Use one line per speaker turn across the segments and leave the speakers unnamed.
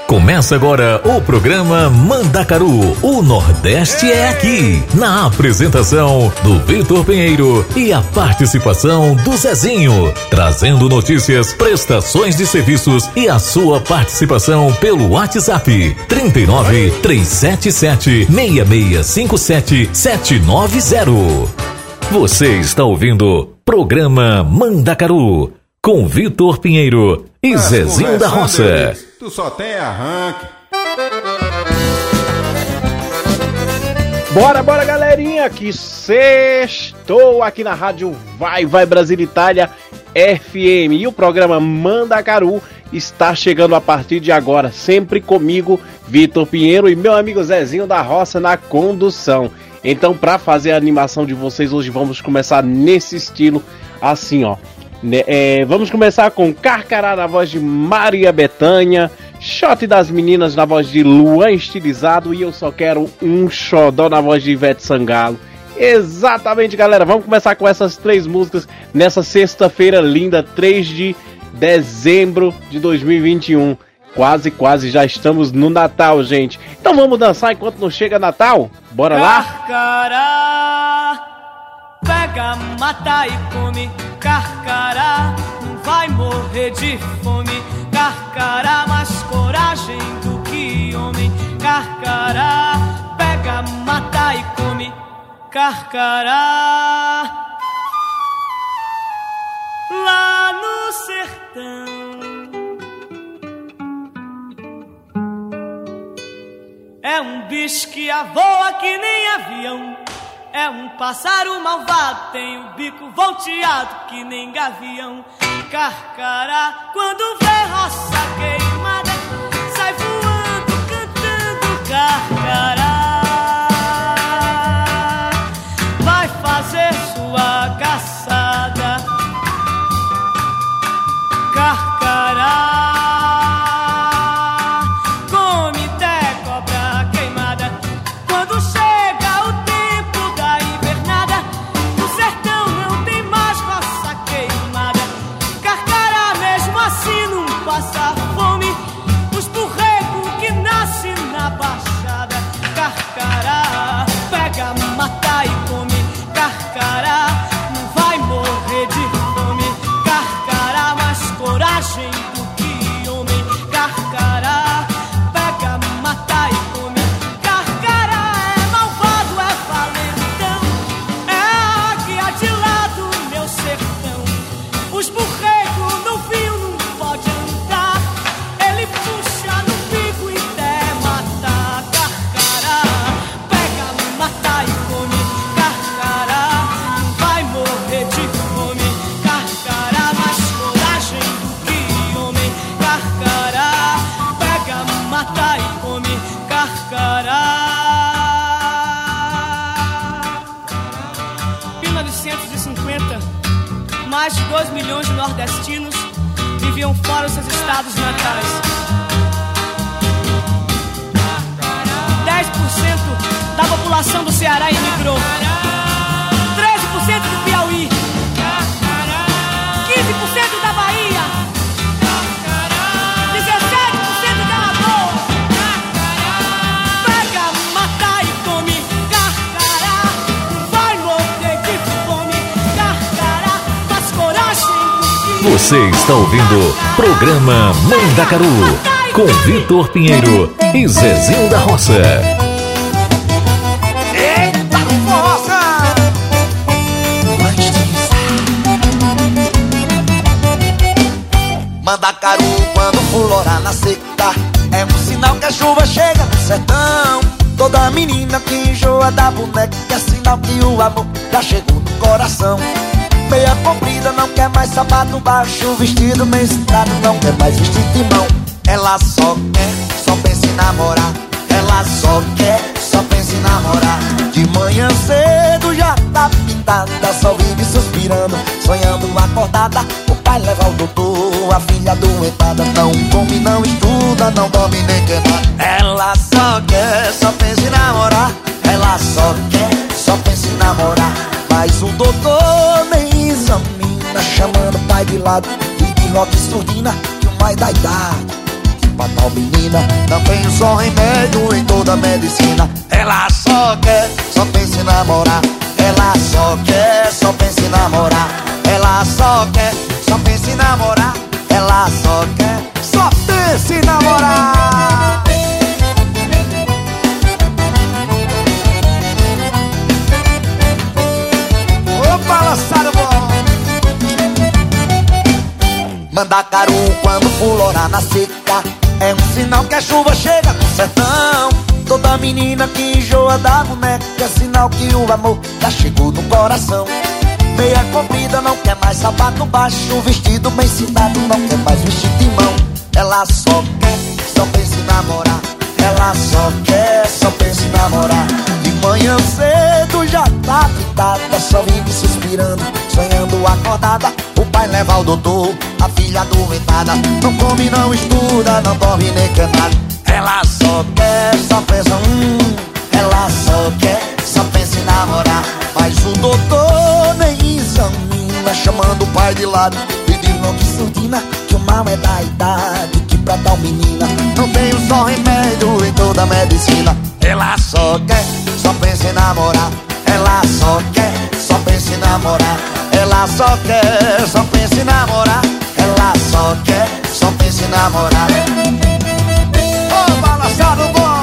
Começa agora o programa Mandacaru, o Nordeste é aqui. Na apresentação do Vitor Pinheiro e a participação do Zezinho. Trazendo notícias, prestações de serviços e a sua participação pelo WhatsApp 39 377 6657 790. Você está ouvindo programa Mandacaru com Vitor Pinheiro e Zezinho da Roça.
Tu só tem arranque.
Bora galerinha, que sextou aqui na rádio Vai Brasil Itália FM. E o programa Mandacaru está chegando a partir de agora, sempre comigo, Vitor Pinheiro, e meu amigo Zezinho da Roça na condução. Então, para fazer a animação de vocês hoje, vamos começar nesse estilo, assim ó. Vamos começar com Carcará na voz de Maria Bethânia, Shot das Meninas na voz de Luan Estilizado e Eu Só Quero um Xodó na voz de Ivete Sangalo. Exatamente, galera, vamos começar com essas três músicas nessa sexta-feira linda, 3 de dezembro de 2021. Quase já estamos no Natal, gente. Então vamos dançar enquanto não chega Natal? Bora lá?
Carcará, pega, mata e come. Carcará, não vai morrer de fome. Carcará, mais coragem do que homem. Carcará, pega, mata e come. Carcará, lá no sertão é um bicho que voa que nem avião. É um pássaro malvado, tem o bico volteado que nem gavião. Carcará, quando vê roça queimada, sai voando, cantando carcará. Vai fazer sua caçada. Carcará, passa fome, os burrecos que nascem na baixada. Carcará, pega, mata e come. Carcará, não vai morrer de fome. Carcará, mais coragem do que homem. Carcará, pega, mata e come. Carcará é malvado, é valentão, é a águia de lá do meu sertão. Os burrecos no vinho não pode andar, ele puxa no bico e até matar. Carcará, pega, mata e come. Carcará, não vai morrer de fome. Carcará, mais coragem do que homem. Carcará, pega, mata e come. Carcará. 1950, mais de 2 milhões de nordestinos viviam fora dos seus estados natais. 10% da população do Ceará emigrou. 13% do Piauí. 15% da Bahia. 17% da Alagoas. Pega, mata e come. Carcará, não vai morrer de fome. Carcará, faz coragem.
Você está ouvindo programa Mandacaru com Vitor Pinheiro e Zezinho da Roça.
Eita, força! Mandacaru, quando florar na seca, é um sinal que a chuva chega no sertão. Toda menina que enjoa da boneca é sinal que o amor já chegou no coração. Meia comprida, não quer mais sapato baixo, vestido mestrado, não quer mais vestir de mão. Ela só quer, só pensa em namorar. Ela só quer, só pensa em namorar. De manhã cedo já tá pintada, só vive suspirando, sonhando acordada. O pai leva ao doutor, a filha doentada, não come, não estuda, não dorme nem quer nada. Ela só quer, só pensa em namorar. Ela só quer, só pensa em namorar. Mas o doutor nem examina, chamando o pai de lado e de rock surdina, que o mais da idade, que pra tal menina não tem um só remédio em toda a medicina. Ela só quer, só pensa em namorar. Ela só quer, só pensa em namorar. Ela só quer, só pensa em namorar. Ela só quer, só pensa em namorar. Opa, lançado bom. Mandacaru quando florar na seca é um sinal que a chuva chega no sertão. Toda menina que enjoa da boneca é sinal que o amor já chegou no coração. Meia comprida não quer mais sapato baixo, vestido bem citado não quer mais vestido de mão. Ela só quer, só pensa em namorar. Ela só quer, só pensa em namorar. De manhã cedo já tá pitada, só vive suspirando, sonhando acordada. O pai leva ao doutor, a filha adoentada. Não come, não estuda, não dorme nem quer nada. Ela só quer, só pensa, ela só quer, só pensa em namorar. Mas o doutor nem examina, chamando o pai de lado e diz não de surdina, que o mal é da idade, que pra tal menina não tem um só remédio em toda a medicina. Ela só quer, só pensa em namorar. Ela só quer, só pensa em namorar. Ela só quer, só pensa em namorar. Ela só quer, só pensa em namorar. Ô, balançado bom!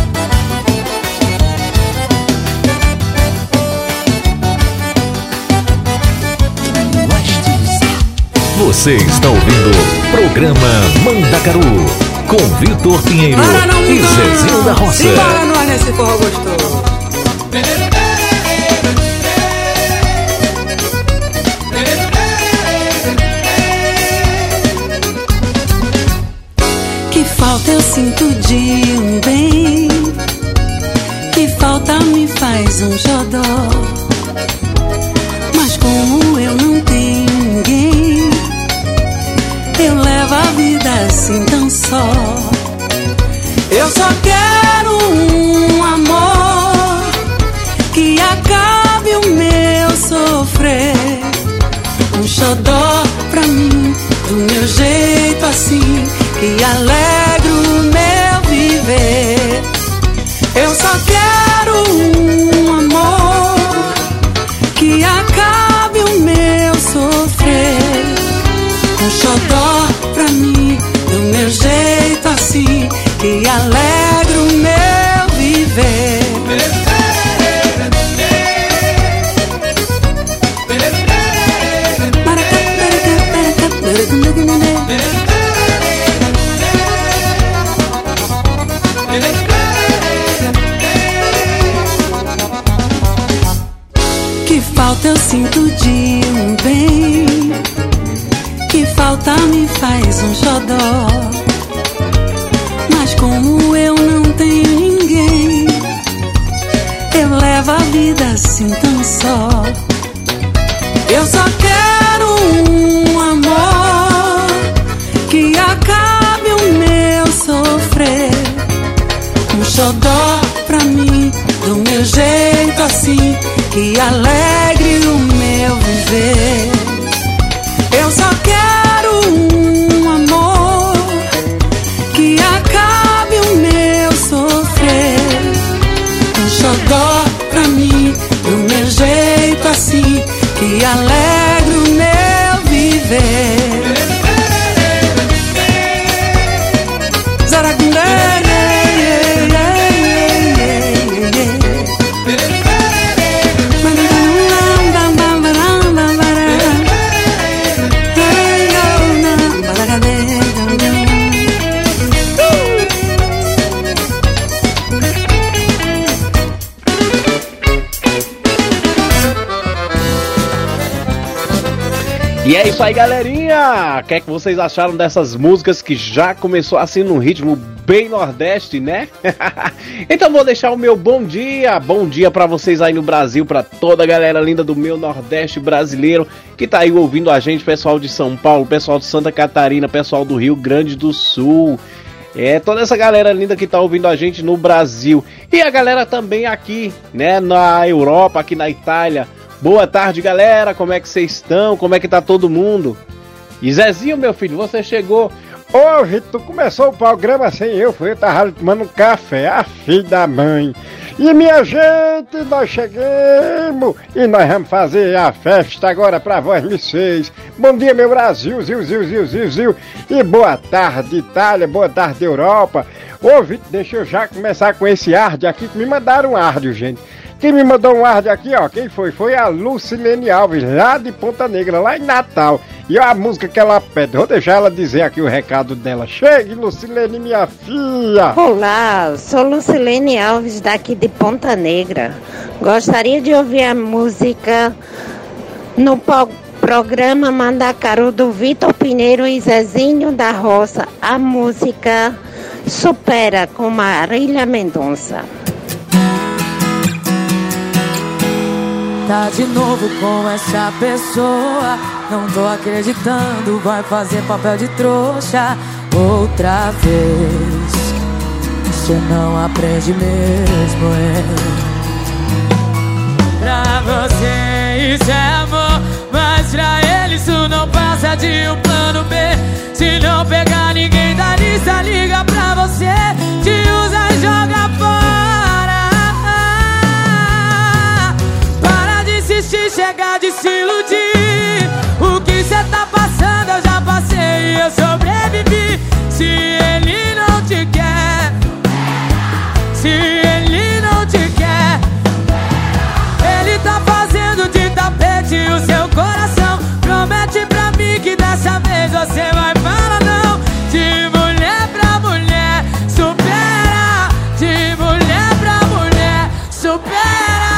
Você está ouvindo o programa Mandacaru com Vitor Pinheiro e Zezinho da Roça.
Simbora nós nesse forró gostoso.
Que falta eu sinto de um bem, que falta me faz um xodó. Mas como eu não tenho ninguém, eu levo a vida assim tão só. Eu só quero um amor que acabe o meu sofrer. Um xodó pra mim, do meu jeito assim, que alegra o meu viver. Eu só quero um amor que acabe o meu sofrer. Um xodó pra mim, do meu jeito assim, que alegra o meu viver. Que falta eu sinto de um bem, que falta me faz um xodó. Mas como eu não tenho ninguém, eu levo a vida assim tão só. Eu só quero um amor que acabe o meu sofrer. Um xodó pra mim, do meu jeito assim, que alegre o meu viver. Eu só quero um amor que acabe o meu sofrer. Um xodó pra mim, do meu jeito assim, que alegre o meu viver.
E é isso aí, galerinha! O que é que vocês acharam dessas músicas que já começou assim num ritmo bem nordeste, né? Então vou deixar o meu bom dia pra vocês aí no Brasil, pra toda a galera linda do meu nordeste brasileiro que tá aí ouvindo a gente, pessoal de São Paulo, pessoal de Santa Catarina, pessoal do Rio Grande do Sul. Toda essa galera linda que tá ouvindo a gente no Brasil. E a galera também aqui, né, na Europa, aqui na Itália. Boa tarde, galera, como é que vocês estão? Como é que tá todo mundo? E Zezinho, meu filho, você chegou.
Ô, Vitor, começou o programa sem eu tava tomando um café, a filha da mãe. E minha gente, nós chegamos e nós vamos fazer a festa agora pra vocês. Bom dia, meu Brasil, ziu. E boa tarde, Itália, boa tarde, Europa. Ô, Vitor, deixa eu já começar com esse áudio aqui, que me mandaram um áudio, gente. Quem me mandou um áudio aqui, ó, quem foi? Foi a Lucilene Alves, lá de Ponta Negra, lá em Natal. E a música que ela pede, vou deixar ela dizer aqui o recado dela. Chegue, Lucilene, minha filha!
Olá, sou Lucilene Alves, daqui de Ponta Negra. Gostaria de ouvir a música no programa Mandacaru do Vitor Pinheiro e Zezinho da Roça. A música Supera, com Marília Mendonça.
Tá de novo com essa pessoa, não tô acreditando, vai fazer papel de trouxa outra vez. Você não aprende mesmo, Pra você isso é amor, mas pra ele isso não passa de um plano B. Se não pegar ninguém da lista, liga pra você, te usa e joga fora. Se chegar de se iludir, o que cê tá passando eu já passei e eu sobrevivi. Se ele não te quer, se ele não te quer, ele tá fazendo de tapete o seu coração. Promete pra mim que dessa vez você vai falar não. De mulher pra mulher, supera. De mulher pra mulher, supera.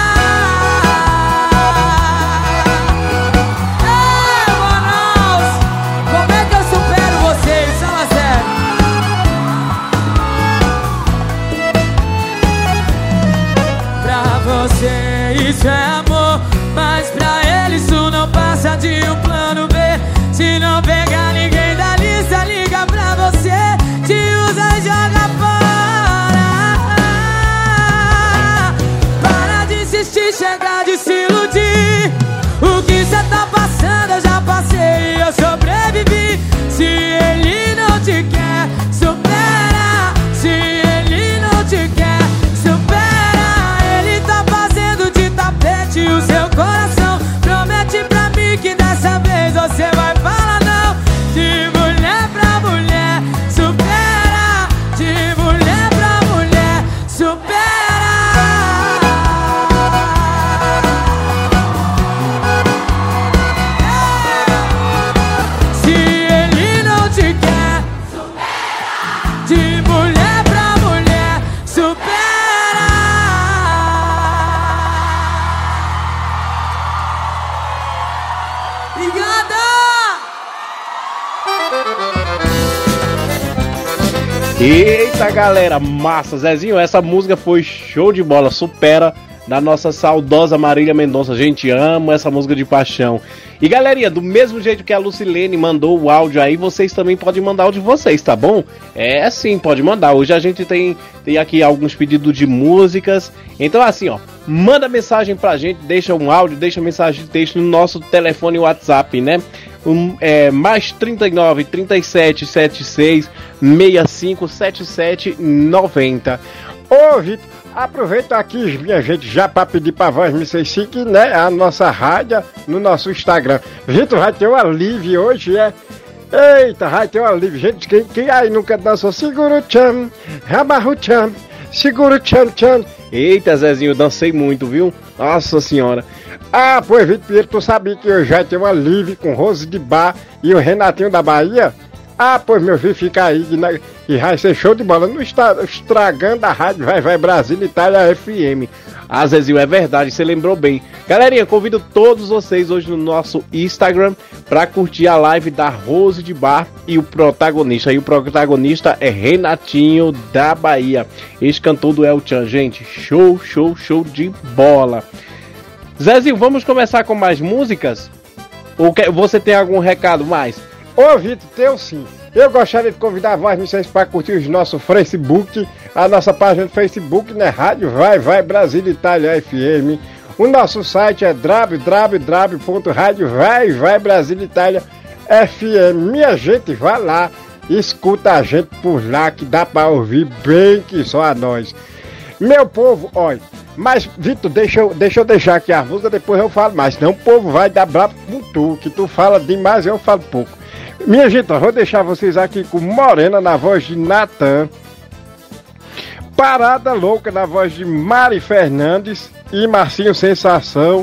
Isso é amor, mas pra ele isso não passa de um plano B. Se não pegar ninguém da lista, liga pra você, te usa e joga fora. Para de insistir, chega de se iludir. O que cê tá passando eu já passei e eu sobrevivi. Se ele não te quer, supera. Se ele não te quer, supera. O seu coração promete pra mim que dessa vez você vai falar não. De mulher pra mulher, supera. De mulher pra mulher, supera. Se ele não te quer, supera. De mulher pra mulher, supera.
Eita, galera, massa, Zezinho, essa música foi show de bola, supera, da nossa saudosa Marília Mendonça. Gente, amo essa música de paixão. E galerinha, do mesmo jeito que a Lucilene mandou o áudio aí, vocês também podem mandar o de vocês, tá bom? É sim, pode mandar. Hoje a gente tem aqui alguns pedidos de músicas. Então assim, ó, manda mensagem pra gente, deixa um áudio, deixa mensagem de texto no nosso telefone WhatsApp, né? Mais 39 37 76 65 77 90.
Ô, Vitor, aproveita aqui, minha gente, já pra pedir pra voz me seguir, né? A nossa rádio no nosso Instagram. Vitor, vai ter uma live hoje, Eita, vai ter uma live. Gente, quem aí nunca dançou? Segura o tchan, amarra o tchan, segura o tchan, tchan.
Eita, Zezinho, eu dancei muito, viu? Nossa senhora.
Ah, pois, Vitor Pinheiro, tu sabia que hoje vai ter uma live com Rose de Bar e o Renatinho da Bahia? Ah, pois, meu filho, fica aí, que vai ser show de bola. Não está estragando a rádio Vai Brasília Itália FM.
Ah, Zezinho, é verdade, você lembrou bem. Galerinha, convido todos vocês hoje no nosso Instagram pra curtir a live da Rose de Bar e o protagonista. E o protagonista é Renatinho da Bahia, ex-cantor do El Chan. Gente, show de bola. Zezinho, vamos começar com mais músicas? Ou você tem algum recado mais?
Ô, Vitor, teu sim. Eu gostaria de convidar vocês para curtir o nosso Facebook, a nossa página do Facebook, né? Rádio Vai Brasília Itália FM. O nosso site é www.radiovaibrasiliitaliafm. Minha gente, vai lá, escuta a gente por lá que dá pra ouvir bem que só a nós. Meu povo, olha, mas Vitor, deixa eu deixar aqui a música, depois eu falo mais, senão o povo vai dar bravo com tu, que tu fala demais e eu falo pouco. Minha gente, eu vou deixar vocês aqui com Morena na voz de Natan, Parada Louca na voz de Mari Fernandes e Marcinho Sensação,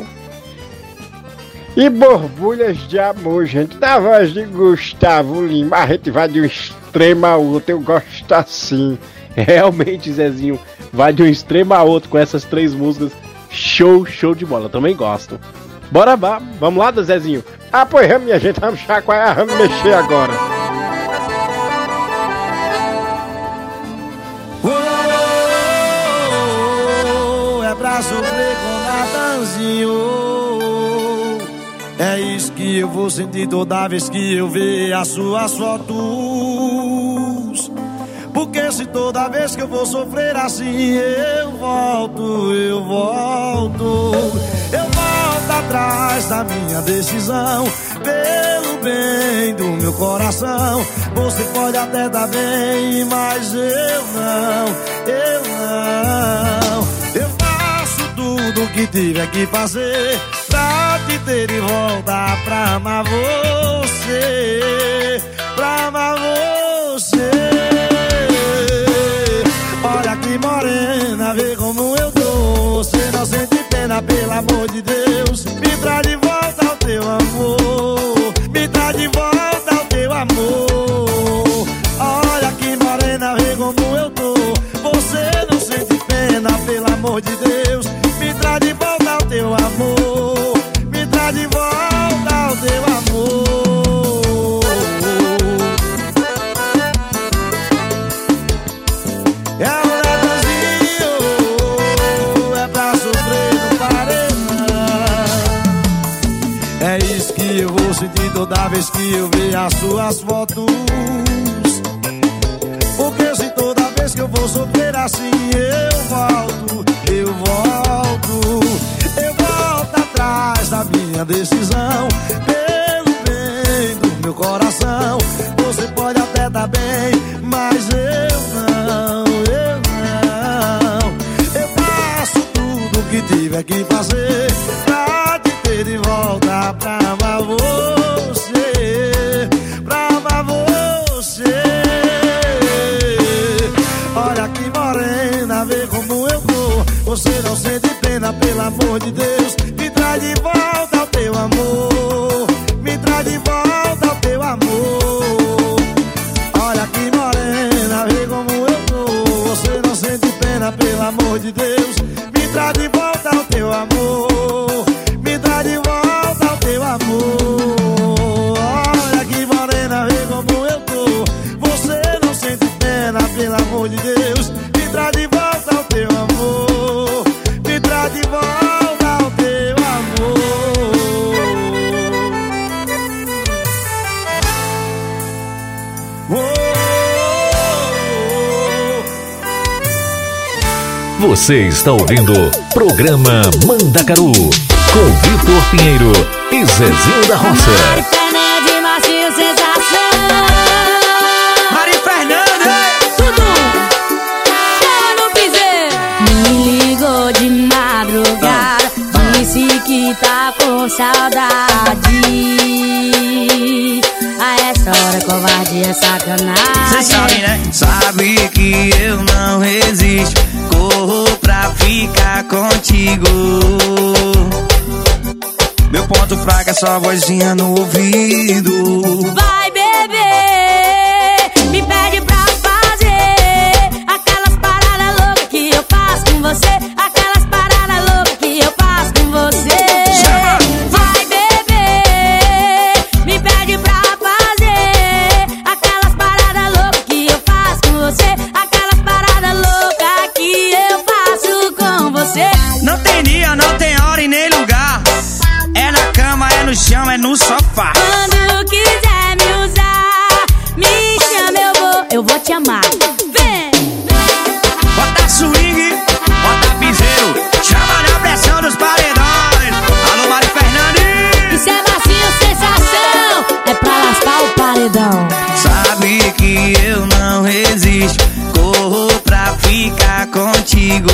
e Borbulhas de Amor, gente, na voz de Gustavo Lima. A gente vai de um extremo ao outro, eu gosto assim. Realmente, Zezinho, vai de um extremo a outro com essas 3 músicas. Show de bola, também gosto. Bora, vamos lá, Zezinho. Ah, pois é, minha gente, vamos chacoalhar, vamos mexer agora.
É pra sofrer com Natanzinho. É isso que eu vou sentir toda vez que eu ver as suas fotos. Porque se toda vez que eu vou sofrer assim eu volto atrás da minha decisão. Pelo bem do meu coração, você pode até dar bem, mas eu não. Eu faço tudo o que tiver que fazer pra te ter de volta, pra amar você, pra amar você. Olha que morena, vê como eu tô. Você não sente pena, pelo amor de Deus. Me traz de volta ao teu amor, me traz de volta ao teu amor. Olha que morena, vê como eu tô. Você não sente pena, pelo amor de Deus. Me traz de volta ao teu amor, me traz de volta ao teu amor. É o Natanzinho, é pra sofrer no paredão. É isso que eu vou sentir toda vez que eu ver as suas fotos. Porque se toda vez que eu vou sofrer assim eu volto atrás da minha decisão. Pelo bem do meu coração, você pode até dar bem, mas eu não. Eu faço tudo o que tiver que fazer pra te ter de volta, pra amar você, pra amar você. Olha que morena, vê como eu tô. Você não sente pena, pelo amor de Deus. Me traz de volta ao teu amor, me traz de volta ao teu amor. Olha que morena, vê como eu tô. Você não sente pena, pelo amor de Deus. Me traz de volta ao teu amor, me traz de volta ao teu amor. Olha que morena, vê como eu tô. Você não sente pena, pelo amor de Deus. Me traz de volta ao teu amor, me traz de volta ao teu amor.
Você está ouvindo Programa Mandacaru com Vitor Pinheiro e Zezinho da Roça.
Mari Fernandes, Marcinho Sensação.
Mari Fernandes,
tudo chama no piseiro. Me ligou de madrugada, disse que tá com saudade. A essa hora covardia é sacanagem.
cê sabe, né? Sabe que eu não resisto, corro pra ficar contigo. Meu ponto fraco é só vozinha no ouvido.
Vai beber, me pede pra fazer aquelas paradas loucas que eu faço com você. Aquelas paradas loucas que eu faço com você. Vai beber, me pede pra fazer aquelas paradas loucas que eu faço com você. Aquelas paradas loucas que eu faço com você.
Não tem dia, não tem hora e nem lugar. É na cama, é no chão, é no sofá.
Quando quiser me usar,
ficar contigo.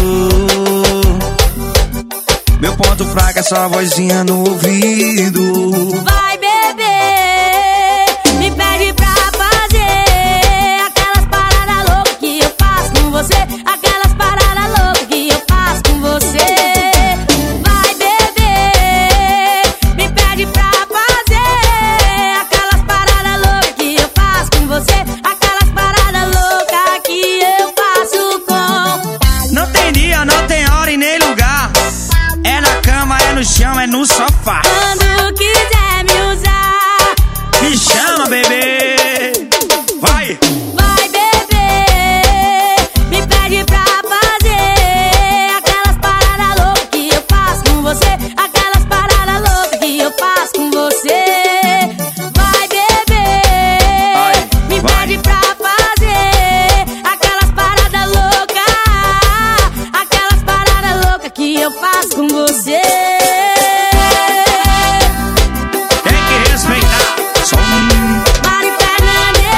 Meu ponto fraco é só a vozinha no ouvido.
Vai beber, me pede pra fazer aquelas paradas loucas que eu faço com você. Aquelas paradas loucas que eu faço com você. Vai beber, me pede pra fazer aquelas paradas loucas que eu faço com você. Aquelas paradas loucas que eu faço com.
Não tem dia, não tem hora e nem lugar. É na cama, é no chão, é no sofá.
Quando quiser me usar,
me chama, bebê. Vai!
vai beber, me pede pra fazer aquelas paradas loucas que eu faço com você. Aquelas paradas loucas que eu faço com você. Vai beber, me pede pra fazer aquelas paradas loucas. Aquelas paradas loucas que eu faço com você.
Tem que respeitar. Só
Mari Fernandes,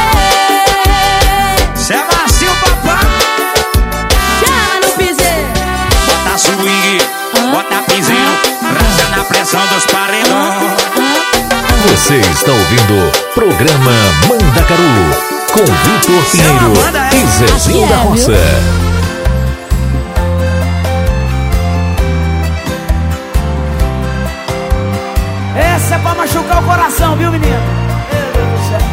cê é macio, papai.
chama no piseiro.
Bota swing, bota piseiro, rasa na pressão dos paredões.
Você está ouvindo Programa Mandacaru com Vitor Pinheiro e Zezinho da Roça.
Essa é pra machucar o coração, viu, menino? Meu Deus do céu.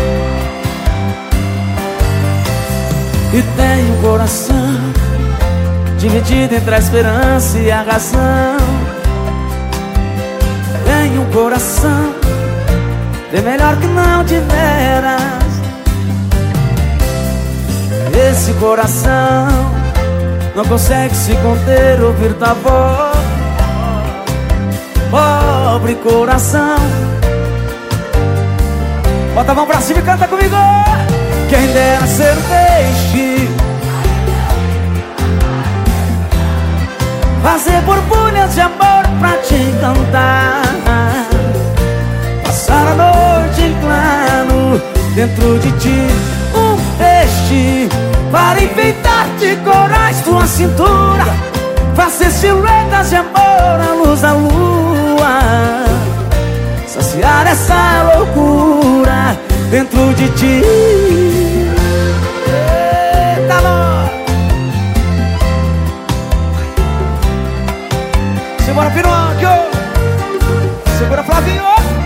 E tem um coração dividido entre a esperança e a razão. Tem um coração bem melhor que não tiveras. Esse coração não consegue se conter, ouvir tua voz. Pobre coração, bota a mão pra cima e canta comigo. Quem dera ser peixe, fazer borbulhas de amor pra te encantar. Passar a noite em claro dentro de ti, um peixe para enfeitar de corais tua cintura. Fazer silhuetas de amor à luz da lua, saciar essa loucura dentro de ti. Eita, nós! Segura, Pinóquio! Segura, Flavinho!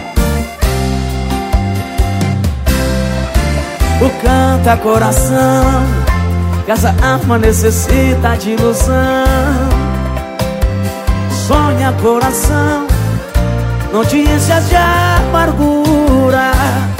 O canta coração, que essa alma necessita de ilusão. Sonha coração, não te enchas de amargura.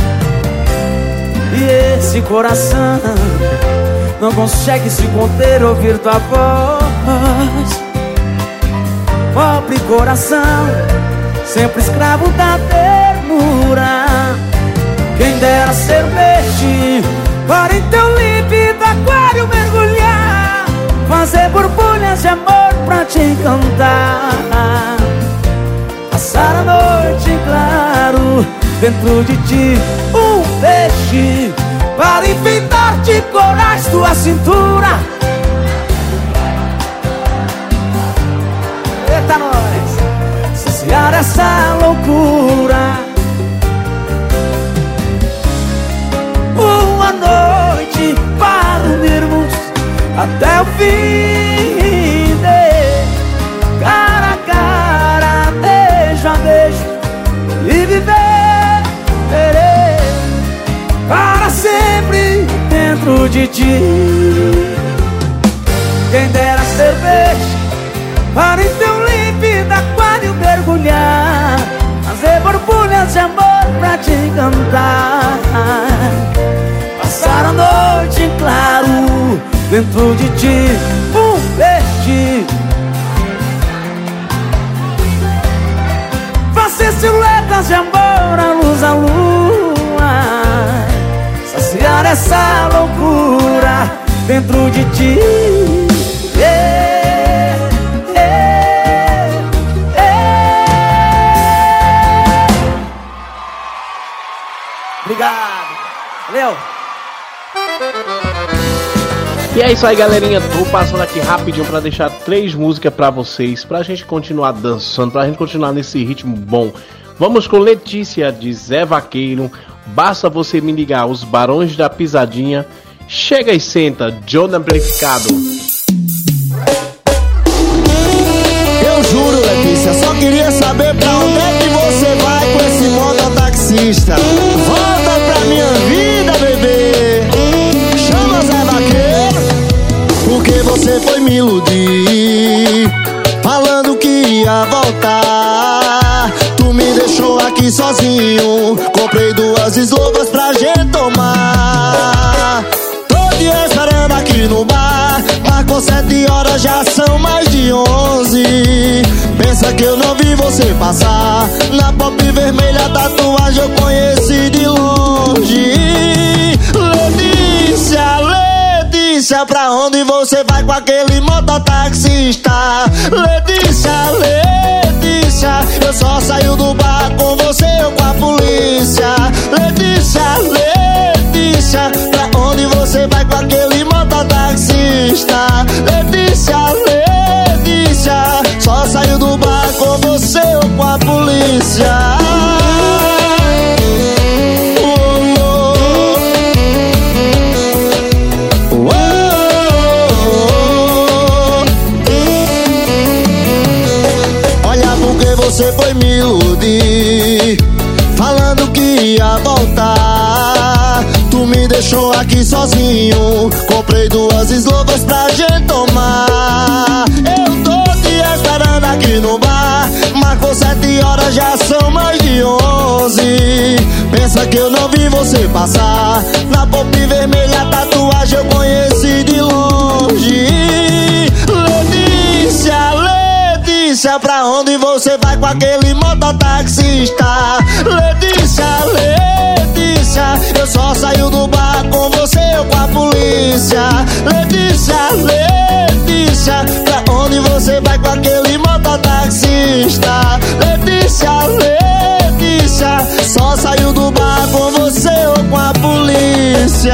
E esse coração não consegue se conter, ouvir tua voz. Pobre coração, sempre escravo da ternura. Quem dera ser peixe para em teu límpido aquário mergulhar. Fazer borbulhas de amor pra te encantar. Passar a noite em claro dentro de ti, um peixe para enfeitar de corais tua cintura. Eita, nós! Saciar essa loucura. Uma noite para unirmos até o fim de cara a cara, beijo a beijo e viver para sempre dentro de ti. Quem dera ser peixe para em teu límpido aquário mergulhar. Fazer borbulhas de amor pra te encantar. Passar a noite em claro dentro de ti, um peixe. Fazer silhuetas de amor à luz da lua. Saciar essa loucura dentro de ti. Obrigado. Valeu.
E é isso aí, galerinha, tô passando aqui rapidinho pra deixar 3 músicas pra vocês, pra gente continuar dançando, pra gente continuar nesse ritmo bom. Vamos com Letícia, de Zé Vaqueiro, Basta Você Me Ligar, Os Barões da Pisadinha, Chega e Senta, John Amplificado.
Eu juro, Letícia, só queria saber pra onde é que você vai com esse mototaxista. Volta pra minha vida, bebê. Chama Zé Vaqueiro, porque você foi me iludir, falando que ia voltar. Tu me deixou aqui sozinho, comprei 2 eslovas pra gente tomar. Tô te esperando aqui no bar, marcou 7 horas, já são mais de 11. Pensa que eu não vi você passar, na pop vermelha a tatuagem eu conheci de longe. Letícia, Letícia, pra onde você vai com aquele mototaxista? Letícia, Letícia, eu só saio do bar com você ou com a polícia. Letícia, Letícia, pra onde você vai com aquele mototaxista? Letícia, Letícia, só saio do bar com você ou com a polícia. Você foi me iludir, falando que ia voltar. Tu me deixou aqui sozinho, comprei 2 eslovas pra gente tomar. Eu tô te esperando aqui no bar, marcou 7 horas, já são mais de 11. Pensa que eu não vi você passar, na pop vermelha a tatuagem eu conheci de longe. Letícia, Letícia, pra onde você vai com aquele mototaxista? Letícia, Letícia, eu só saio do bar com você ou com a polícia. Letícia, Letícia, pra onde você vai com aquele mototaxista? Letícia, Letícia, só saio do bar com você ou com a polícia.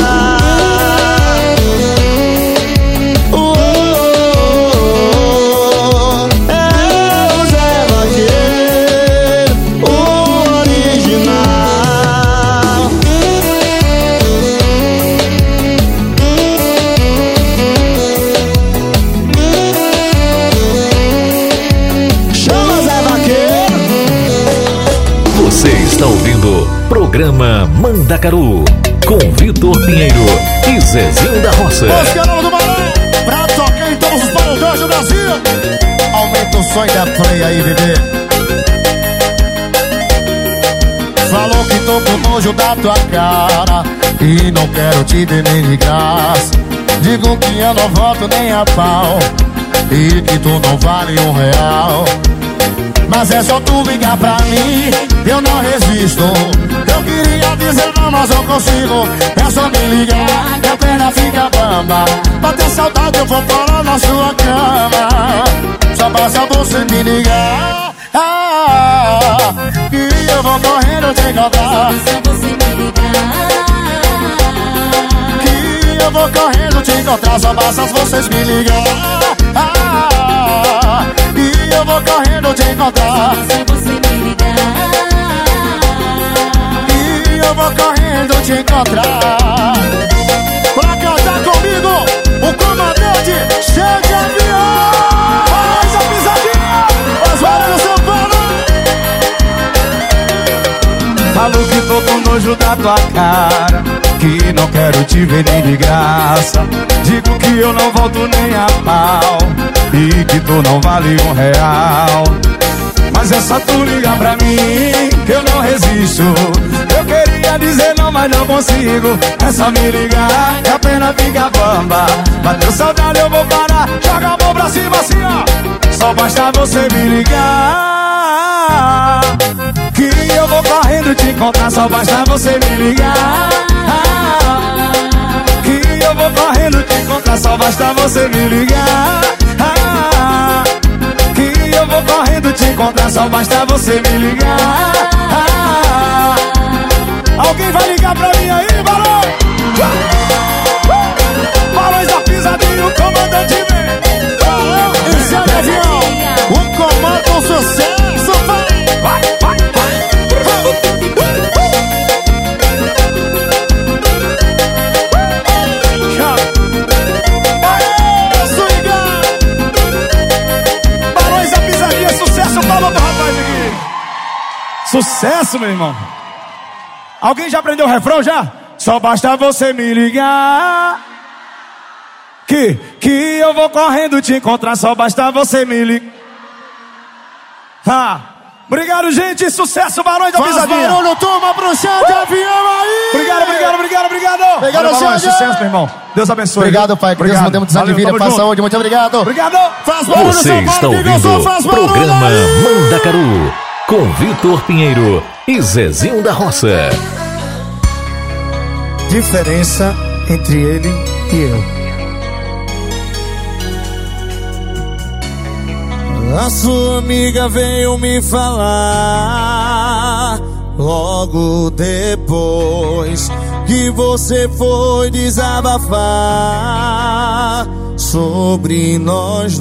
Está ouvindo Programa Mandacaru com Vitor Pinheiro e Zezinho da Roça.
Os caras do Barão, pra tocar em todos os paredões do Brasil. Aumenta o som da play aí, bebê. Falou que tô com nojo da tua cara e não quero te ver nem de graça. Digo que eu não volto nem a pau e que tu não vale R$1. Mas é só tu ligar pra mim, eu não resisto. Eu queria dizer não, mas não consigo. É só me ligar, que a perna fica bamba. Pra ter saudade eu vou parar na sua cama. Só basta você me ligar, que eu vou correndo te encontrar. Só você me ligar, que eu vou correndo te encontrar. Só basta vocês me ligar, e eu vou correndo te encontrar. Se você me ligar, e eu vou correndo te encontrar. Pra cantar comigo, o comandante cheio de avião. Faz a pisadinha, as varas do São Paulo. Falo que tô com nojo da tua cara, que não quero te ver nem de graça. Digo que eu não volto nem a pau e que tu não vale R$1. Mas é só tu ligar pra mim, que eu não resisto. Eu queria dizer não, mas não consigo. É só me ligar, que a pena fica bamba. Bateu saudade, eu vou parar. Joga a mão pra cima assim, ó. Só basta você me ligar, que eu vou correndo te encontrar. Só basta você me ligar, que eu vou correndo te encontrar. Só basta você me ligar, que eu vou correndo te encontrar. Só basta você me ligar. Alguém vai ligar pra mim aí, Barão? Barões da Pisadinha. Sucesso, meu irmão. Alguém já aprendeu o refrão já? Só basta você me ligar que eu vou correndo te encontrar. Só basta você me ligar. Obrigado, gente. Sucesso, Barões da Pisadinha.
Barulho, turma, pro chão de avião aí.
Obrigado.
Obrigado,
Barões, sucesso, meu irmão. Deus abençoe.
Obrigado, pai. Que Deus nos dê muita de vida, paz, saúde. Muito obrigado.
Obrigado.
Faz barulho,
Você está ouvindo o programa Mandacaru com Vitor Pinheiro e Zezinho da Roça.
Diferença entre ele e eu.
A sua amiga veio me falar logo depois que você foi desabafar sobre nós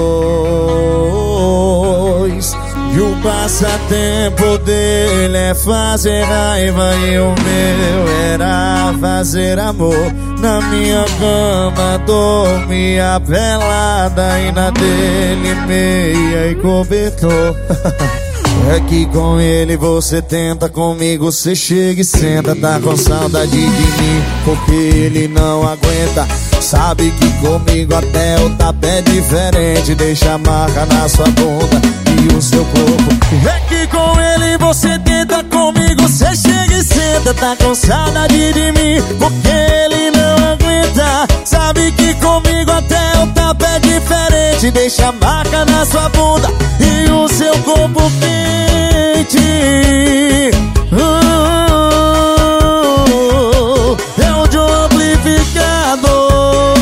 dois. E o passatempo dele é fazer raiva e o meu era fazer amor. Na minha cama dormia pelada e na dele meia e cobertor. É que com ele você tenta, comigo você chega e senta. Tá com saudade de mim porque ele não aguenta. Sabe que comigo até o tapa é diferente. Deixa a marca na sua bunda e o seu corpo. É que com ele você tenta, comigo você chega e senta. Tá com saudade de mim porque ele não aguenta. Sabe que comigo até o tapa é diferente. Deixa a marca na sua bunda e o seu corpo quente. É o de um amplificador.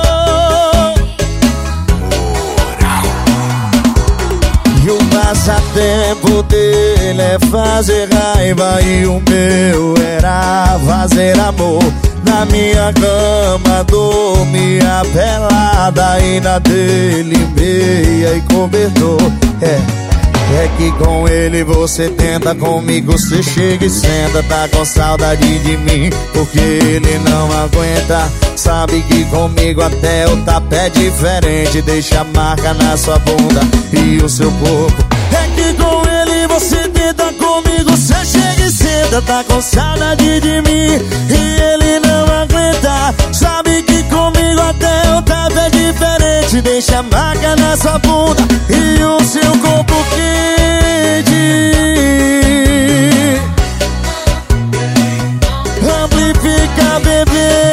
E o passatempo dele é fazer raiva e o meu era fazer amor. Na minha cama dormia pelada e na dele meia e cobertor. É que com ele você tenta, comigo você chega e senta. Tá com saudade de mim porque ele não aguenta. Sabe que comigo até o tapa é diferente. Deixa a marca na sua bunda e o seu corpo. É que com ele você tenta, comigo você chega e senta. Tá com saudade de mim e ele não aguenta. Sabe que comigo até o tapa é diferente. Deixa a marca na sua bunda e o seu corpo quente. Amplifica, bebê.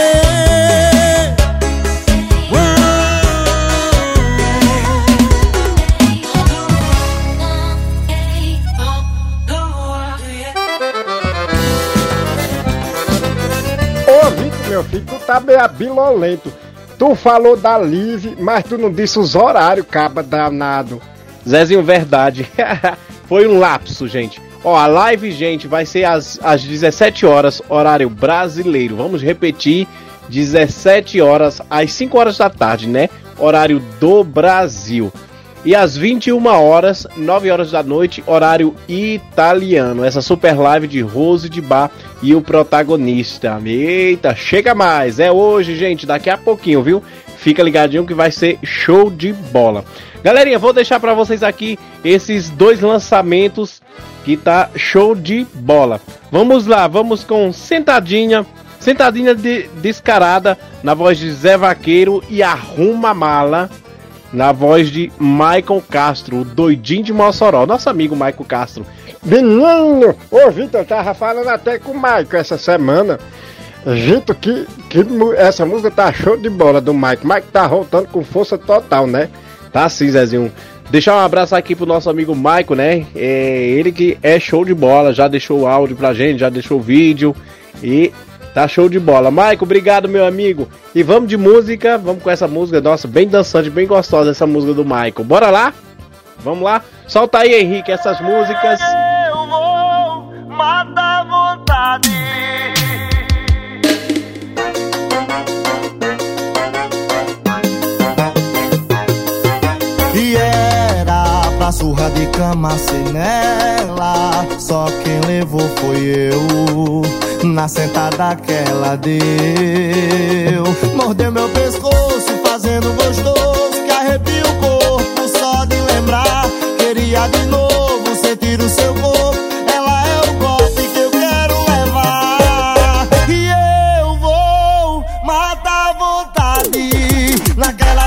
Meu filho, tu tá meio abilolento. Tu falou da Live, mas tu não disse os horários, caba danado.
Zezinho, verdade. Foi um lapso, gente. Ó, a live, gente, vai ser às 17 horas, horário brasileiro. Vamos repetir, 17 horas, às 5 horas da tarde, né? Horário do Brasil. E às 21 horas, 9 horas da noite, horário italiano. Essa super live de Rose de Bar e o protagonista. Eita, chega mais. É hoje, gente, daqui a pouquinho, viu? Fica ligadinho que vai ser show de bola. Galerinha, vou deixar pra vocês aqui esses dois lançamentos que tá show de bola. Vamos lá, vamos com Sentadinha Descarada, na voz de Zé Vaqueiro, e Arruma a Mala, na voz de Michael Castro, o doidinho de Mossoró, nosso amigo Michael Castro.
Menino, ô Vitor, eu tava falando até com o Michael essa semana. Vitor, que essa música tá show de bola do Michael. Michael tá voltando com força total, né?
Tá sim, Zezinho. Deixar um abraço aqui pro nosso amigo Michael, né? Ele que é show de bola, já deixou o áudio pra gente, já deixou o vídeo e tá show de bola. Michael, obrigado, meu amigo. E vamos de música, vamos com essa música, nossa, bem dançante, bem gostosa essa música do Michael. Bora lá? Vamos lá? Solta aí, Henrique, essas músicas.
Eu vou matar a vontade.
E era pra surra de cama sem nela, só quem levou foi eu. Na sentada que ela deu, mordeu meu pescoço fazendo gostoso, que arrepia o corpo só de lembrar. Queria de novo sentir o seu corpo. Ela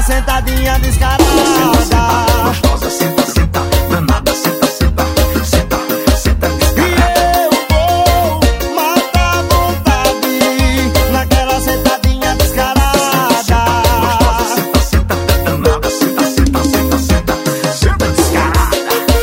sentadinha descarada.
Gostosa, senta, senta, danada, senta, senta, senta, senta, descarada.
E eu vou matar a vontade naquela sentadinha descarada.
Gostosa, senta, senta, danada, senta, senta, senta, senta, senta, descarada.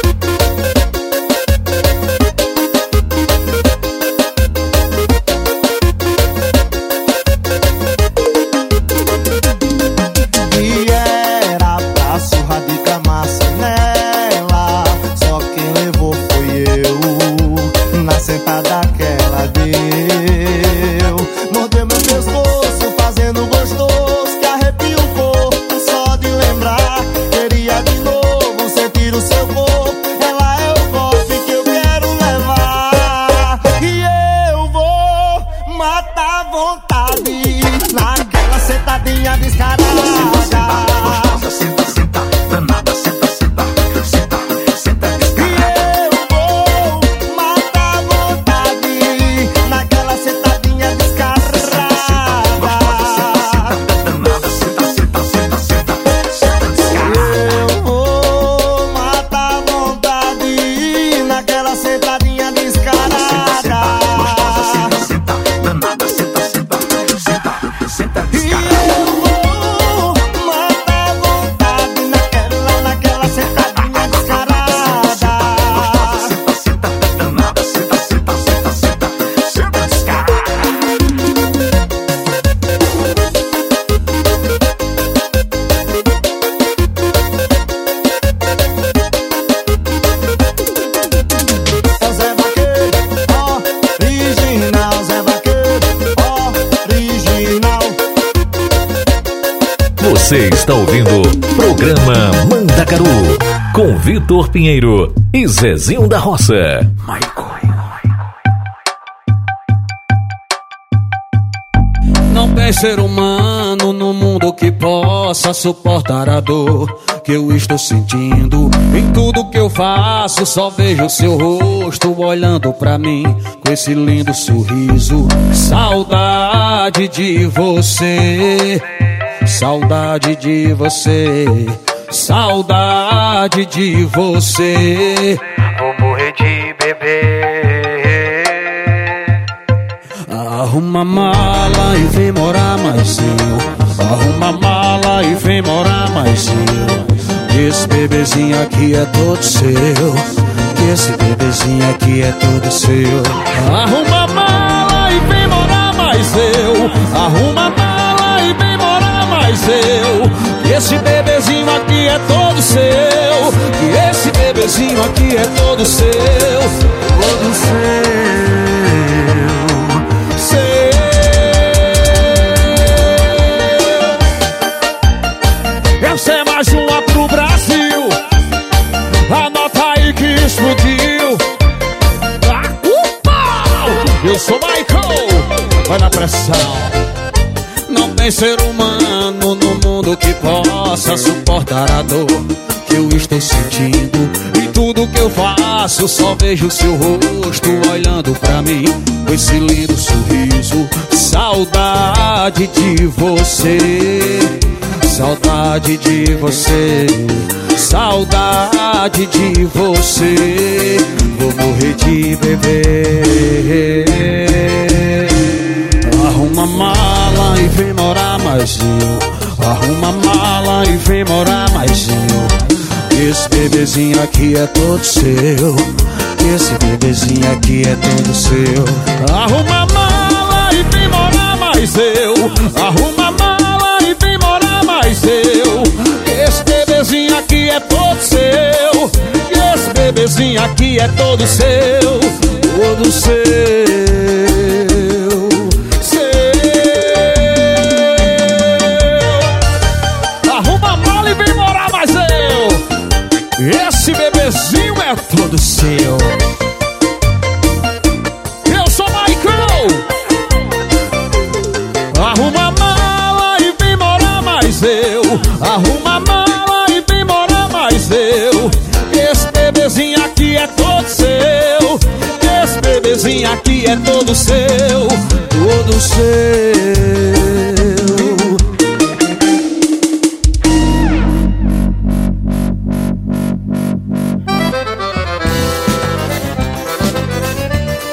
E era pra surra de camaça nela, só quem levou foi eu. Na sentada que ela deu, mordeu meu pescoço, fazendo gostoso, que arrepia o corpo só de lembrar. Queria de novo sentir o seu corpo, ela é o golpe que eu quero levar. E eu vou matar a vontade naquela sentadinha descarada.
Gostosa, senta, senta, danada, senta, senta, senta, senta, descarada.
Eu vou matar a vontade naquela sentadinha descarada.
Danada, senta, senta, senta, senta, senta, descarada.
Eu vou matar a vontade naquela sentadinha descarada.
Gostosa, senta, senta, danada, senta, senta, senta, senta,
E
descarada.
eu vou matar a vontade naquela sentadinha descarada.
Senta, senta, danada, senta, senta, senta, senta, senta, descarada.
É o Zé Vaqueiro, original. Zé Vaqueiro, original.
Você está ouvindo o programa Mandacaru com Vitor Pinheiro e Zezinho da Roça.
Não tem ser humano no mundo que possa suportar a dor que eu estou sentindo. Em tudo que eu faço, só vejo seu rosto olhando pra mim com esse lindo sorriso. Saudade de você, saudade de você, saudade de você. Vou morrer de beber. Arruma mala e vem morar mais eu. Arruma mala e vem morar mais eu. Esse bebezinho aqui é todo seu. Esse bebezinho aqui é todo seu. Arruma mala e vem morar mais eu. Arruma mala e vem morar mais eu. Esse bebezinho aqui é todo seu. Esse bebezinho aqui é todo seu. Todo seu. Essa é mais uma pro Brasil. Anota aí que explodiu. Eu sou Michael. Vai na pressão. Não tem ser humano no mundo que possa suportar a dor que eu estou sentindo. E tudo que eu faço, só vejo seu rosto olhando pra mim com esse lindo sorriso. Saudade de você, saudade de você, saudade de você. Vou morrer de beber. Arruma mala e vem morar mais eu. Arruma mala e vem morar mais eu. Esse bebezinho aqui é todo seu. Esse bebezinho aqui é todo seu. Arruma mala e vem morar mais eu. Arruma mala e vem morar mais eu. Esse bebezinho aqui é todo seu. Esse bebezinho aqui é todo seu. Todo seu. Esse bebezinho é todo seu. Eu sou Michael. Arruma mala e vem morar mais eu. Arruma mala e vem morar mais eu. Esse bebezinho aqui é todo seu. Esse bebezinho aqui é todo seu. Todo seu.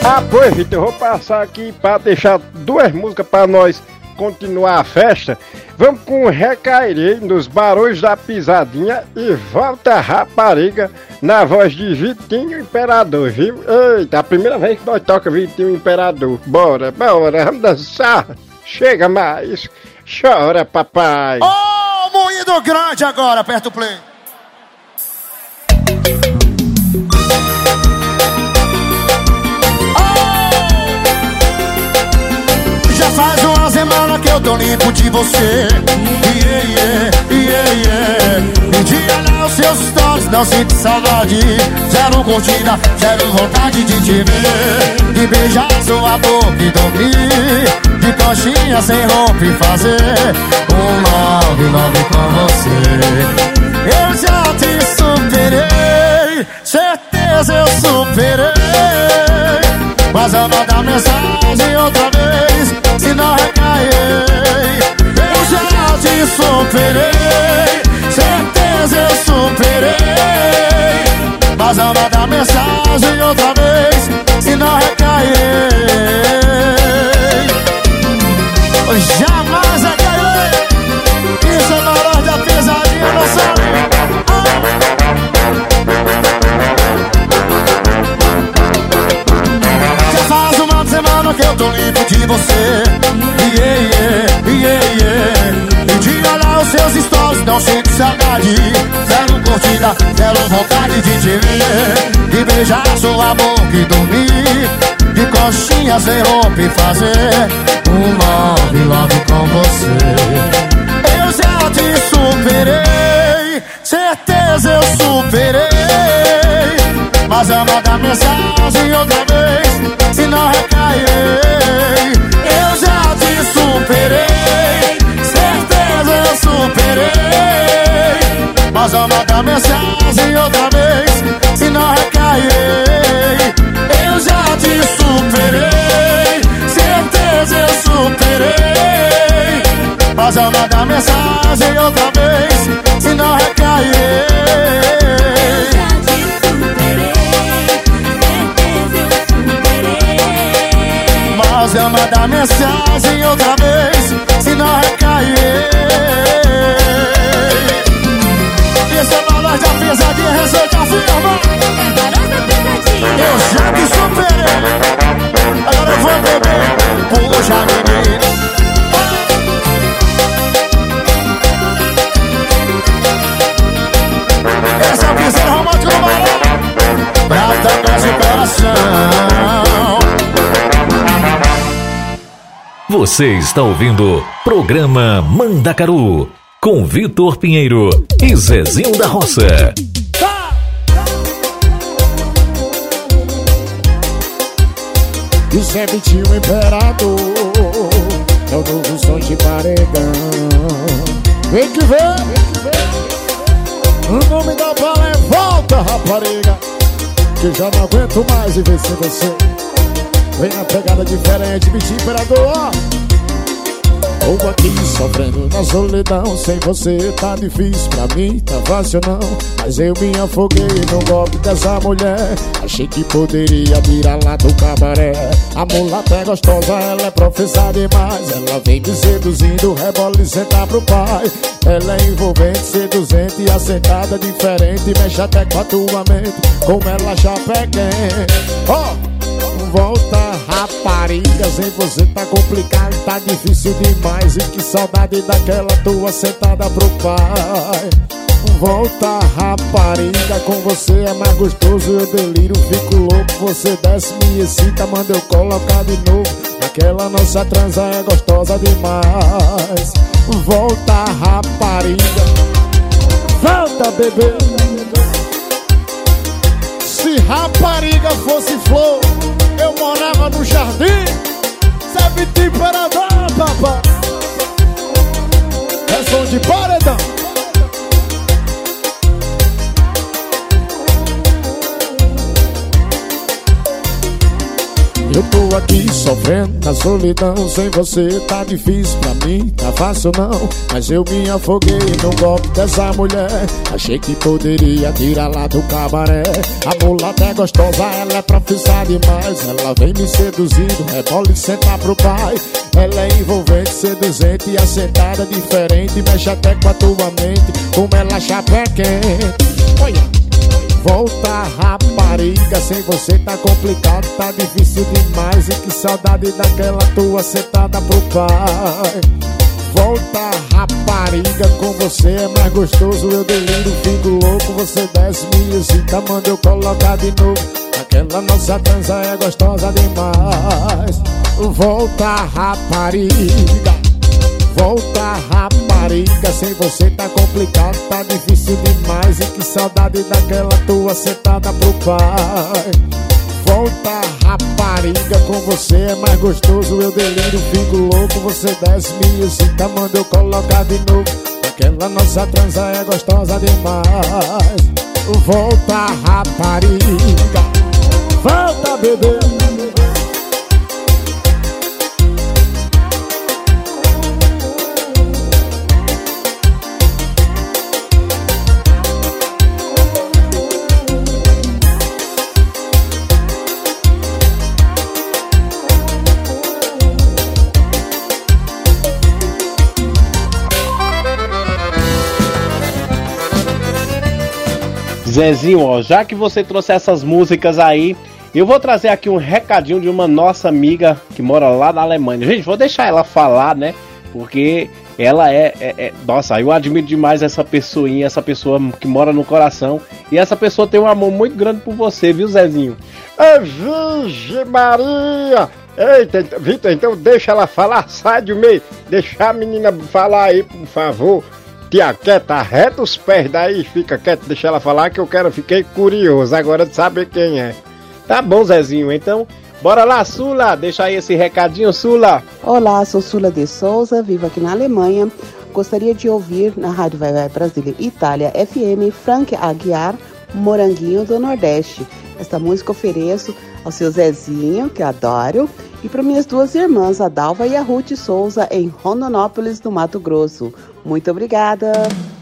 Ah, pois, Vitor, eu vou passar aqui para deixar 2 músicas para nós continuar a festa. Vamos com Recairei nos Barões da Pisadinha e Volta Rapariga na voz de Vitinho Imperador, viu? Eita, a primeira vez que nós toca Vitinho Imperador. Bora, vamos dançar. Chega mais. Chora, papai.
Ô, moído grande agora, aperta o play. Já faz uma semana que eu tô limpo de você. Me diga lá os seus stories, não sinto saudade. Zero curtida, zero vontade de te ver. De beijar sua boca e dormir. De coxinha sem roupa e fazer um love com você. Eu já te superei, certeza eu superei. Mas eu vou dar mensagem outra vez, se não recairei. Eu já te superei, certeza eu superei. Mas eu vou dar mensagem outra vez, se não recairei. Jamais recairei. Isso é valor da pesadinha, não sabe? Já faz uma semana que eu tô limpo de você. Me diga lá os seus stories, não sinto saudade. Zero curtida, zero vontade de te ver. De beijar sua boca e dormir. De coxinha sem roupa e fazer um love com você. Eu já te superei, certeza eu superei. Mas eu vou dar mensagem outra vez, se não recairei. Eu já te superei, certeza eu superei. Mas eu vou dar mensagem outra vez, se não recairei. Eu já te superei, certeza eu superei. Mas eu vou dar mensagem outra vez, se não recairei. Mas eu vou dar mensagem outra vez, se não recairei. Esse é o nós da pesadinha, receita firma. Eu já te superei, agora eu vou beber. Puxa, menina. Essa é a piscina romântica do Barão, pra tocar seu coração.
Você está ouvindo Programa Mandacaru com Vitor Pinheiro e Zezinho da Roça.
Isso é Vitinho Imperador, é o novo som de paredão. Vem que vem. O nome da bala é Volta Rapariga, que já não aguento mais viver sem você. Vem na pegada diferente, Vitinho Imperador, ó. Ou aqui sofrendo na solidão, sem você tá difícil, pra mim tá fácil não. Mas eu me afoguei no golpe dessa mulher. Achei que poderia virar lá do cabaré. A mulata é gostosa, ela é professora demais. Ela vem me seduzindo, rebola e senta pro pai. Ela é envolvente, seduzente e assentada diferente. Mexe até com a tua mente, como ela já peguei. Ó! Volta rapariga, sem você tá complicado, tá difícil demais. E que saudade daquela tua sentada pro pai. Volta rapariga, com você é mais gostoso. Eu deliro, fico louco, você desce, me excita, manda eu colocar de novo. Aquela nossa transa é gostosa demais. Volta rapariga, volta bebê. Se rapariga fosse flor, eu morava no jardim. Cê é Vitinho Imperador, papai. É som de paredão. Eu tô aqui sofrendo na solidão. Sem você tá difícil pra mim, tá fácil não. Mas eu me afoguei no golpe dessa mulher. Achei que poderia tirar lá do cabaré. A mulata é gostosa, ela é profissa demais. Ela vem me seduzindo, rebola e senta pro pai. Ela é envolvente, seduzente e assentada diferente. Mexe até com a tua mente, como ela chapa é quente. Olha. Volta rapariga, sem você tá complicado, tá difícil demais. E que saudade daquela tua sentada pro pai. Volta rapariga, com você é mais gostoso. Eu deliro, fico louco, você desce, me excita, manda eu colocar de novo. Aquela nossa dança é gostosa demais. Volta rapariga, volta rapariga, sem você tá complicado, tá difícil demais. E que saudade daquela tua sentada pro pai. Volta rapariga, com você é mais gostoso. Eu deliro, fico louco, você desce, me excita, manda eu colocar de novo. Aquela nossa transa é gostosa demais. Volta rapariga, volta bebê.
Zezinho, ó, já que você trouxe essas músicas aí, eu vou trazer aqui um recadinho de uma nossa amiga que mora lá na Alemanha. Gente, vou deixar ela falar, né? Porque ela nossa, eu admiro demais essa pessoinha, essa pessoa que mora no coração. E essa pessoa tem um amor muito grande por você, viu, Zezinho?
Virgem Maria! Eita, Vitor, então deixa ela falar, sai do meio. Deixa a menina falar aí, por favor. Tia quieta, reta os pés daí, fica quieto, deixa ela falar que eu fiquei curioso agora de saber quem é.
Tá bom, Zezinho, então bora lá, Sula, deixa aí esse recadinho, Sula.
Olá, sou Sula de Souza, vivo aqui na Alemanha. Gostaria de ouvir na Rádio Vai Vai Brasília Itália FM, Frank Aguiar, Moranguinho do Nordeste. Esta música ofereço ao seu Zezinho, que adoro, e para minhas duas irmãs, a Dalva e a Ruth Souza, em Rondonópolis, no Mato Grosso. Muito obrigada!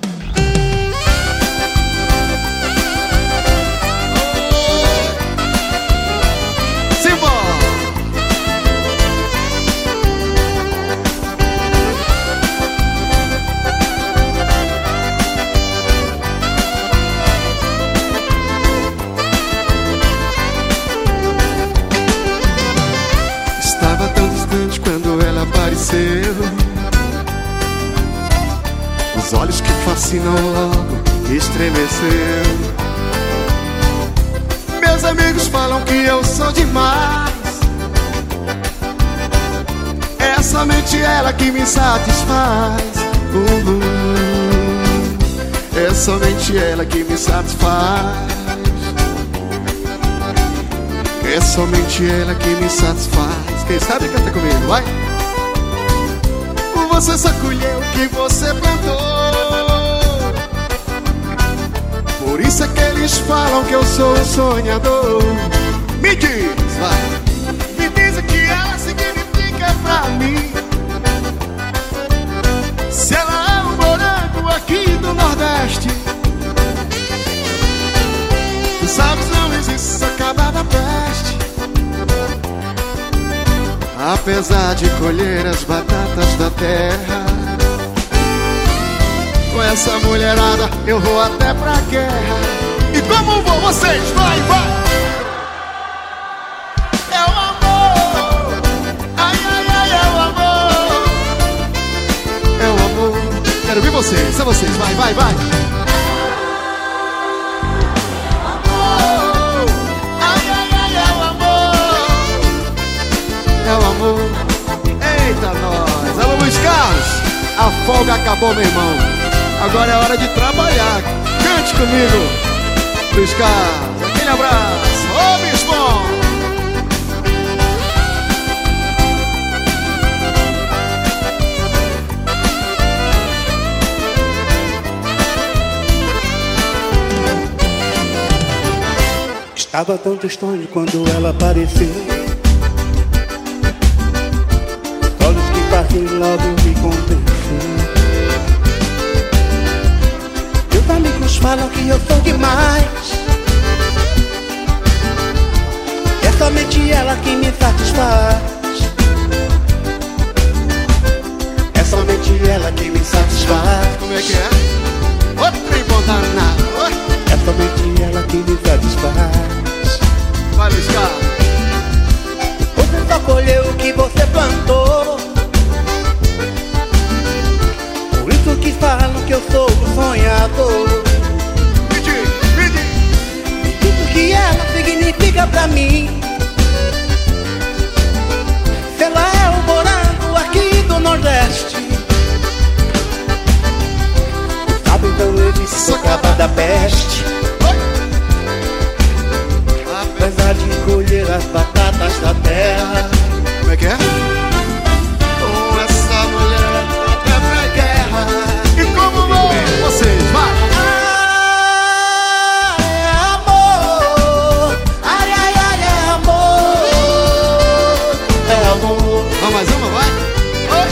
Estava tão distante quando ela apareceu. Os olhos que fascinam logo estremeceu. Meus amigos falam que eu sou demais. É somente ela que me satisfaz. É somente ela que me satisfaz. É somente ela que me satisfaz. Quem sabe canta comigo, vai! Você só colheu o que você plantou. Por isso é que eles falam que eu sou um sonhador. Me diz, vai! Me diz o que ela significa pra mim. Se ela é um morango aqui do Nordeste. Tu sabes, não existe acabar da peste. Apesar de colher as batatas da terra, com essa mulherada eu vou até pra guerra. E como vão vocês? Vai, vai! É o amor! Ai, ai, ai, é o amor! É o amor! Quero ver vocês, são vocês, vai, vai, vai! É o amor. Eita nós. Alô Luiz Carlos, a folga acabou, meu irmão. Agora é hora de trabalhar. Cante comigo, Luiz Carlos. Aquele abraço. Ô Bispom.
Estava tão distante quando ela apareceu. você logo me convenceu. Meus amigos falam que eu sou demais. É somente ela que me satisfaz. É somente ela que me satisfaz.
Como é que é? Outro bom danado.
É somente ela que me satisfaz.
Vai, Luiz Carlos.
Você só colheu o que você plantou. Por isso que falam que eu sou um sonhador. Tudo que ela significa pra mim. Se ela é o morango aqui do Nordeste, sabe, então eu disse sou capa da peste. Apesar de colher as batatas da terra.
Como é que é? Com essa mulher é pra guerra. E como vão vocês? Vai!
É amor. Ai, ai, ai, é amor. É amor.
Vamos mais uma, vai! Oi!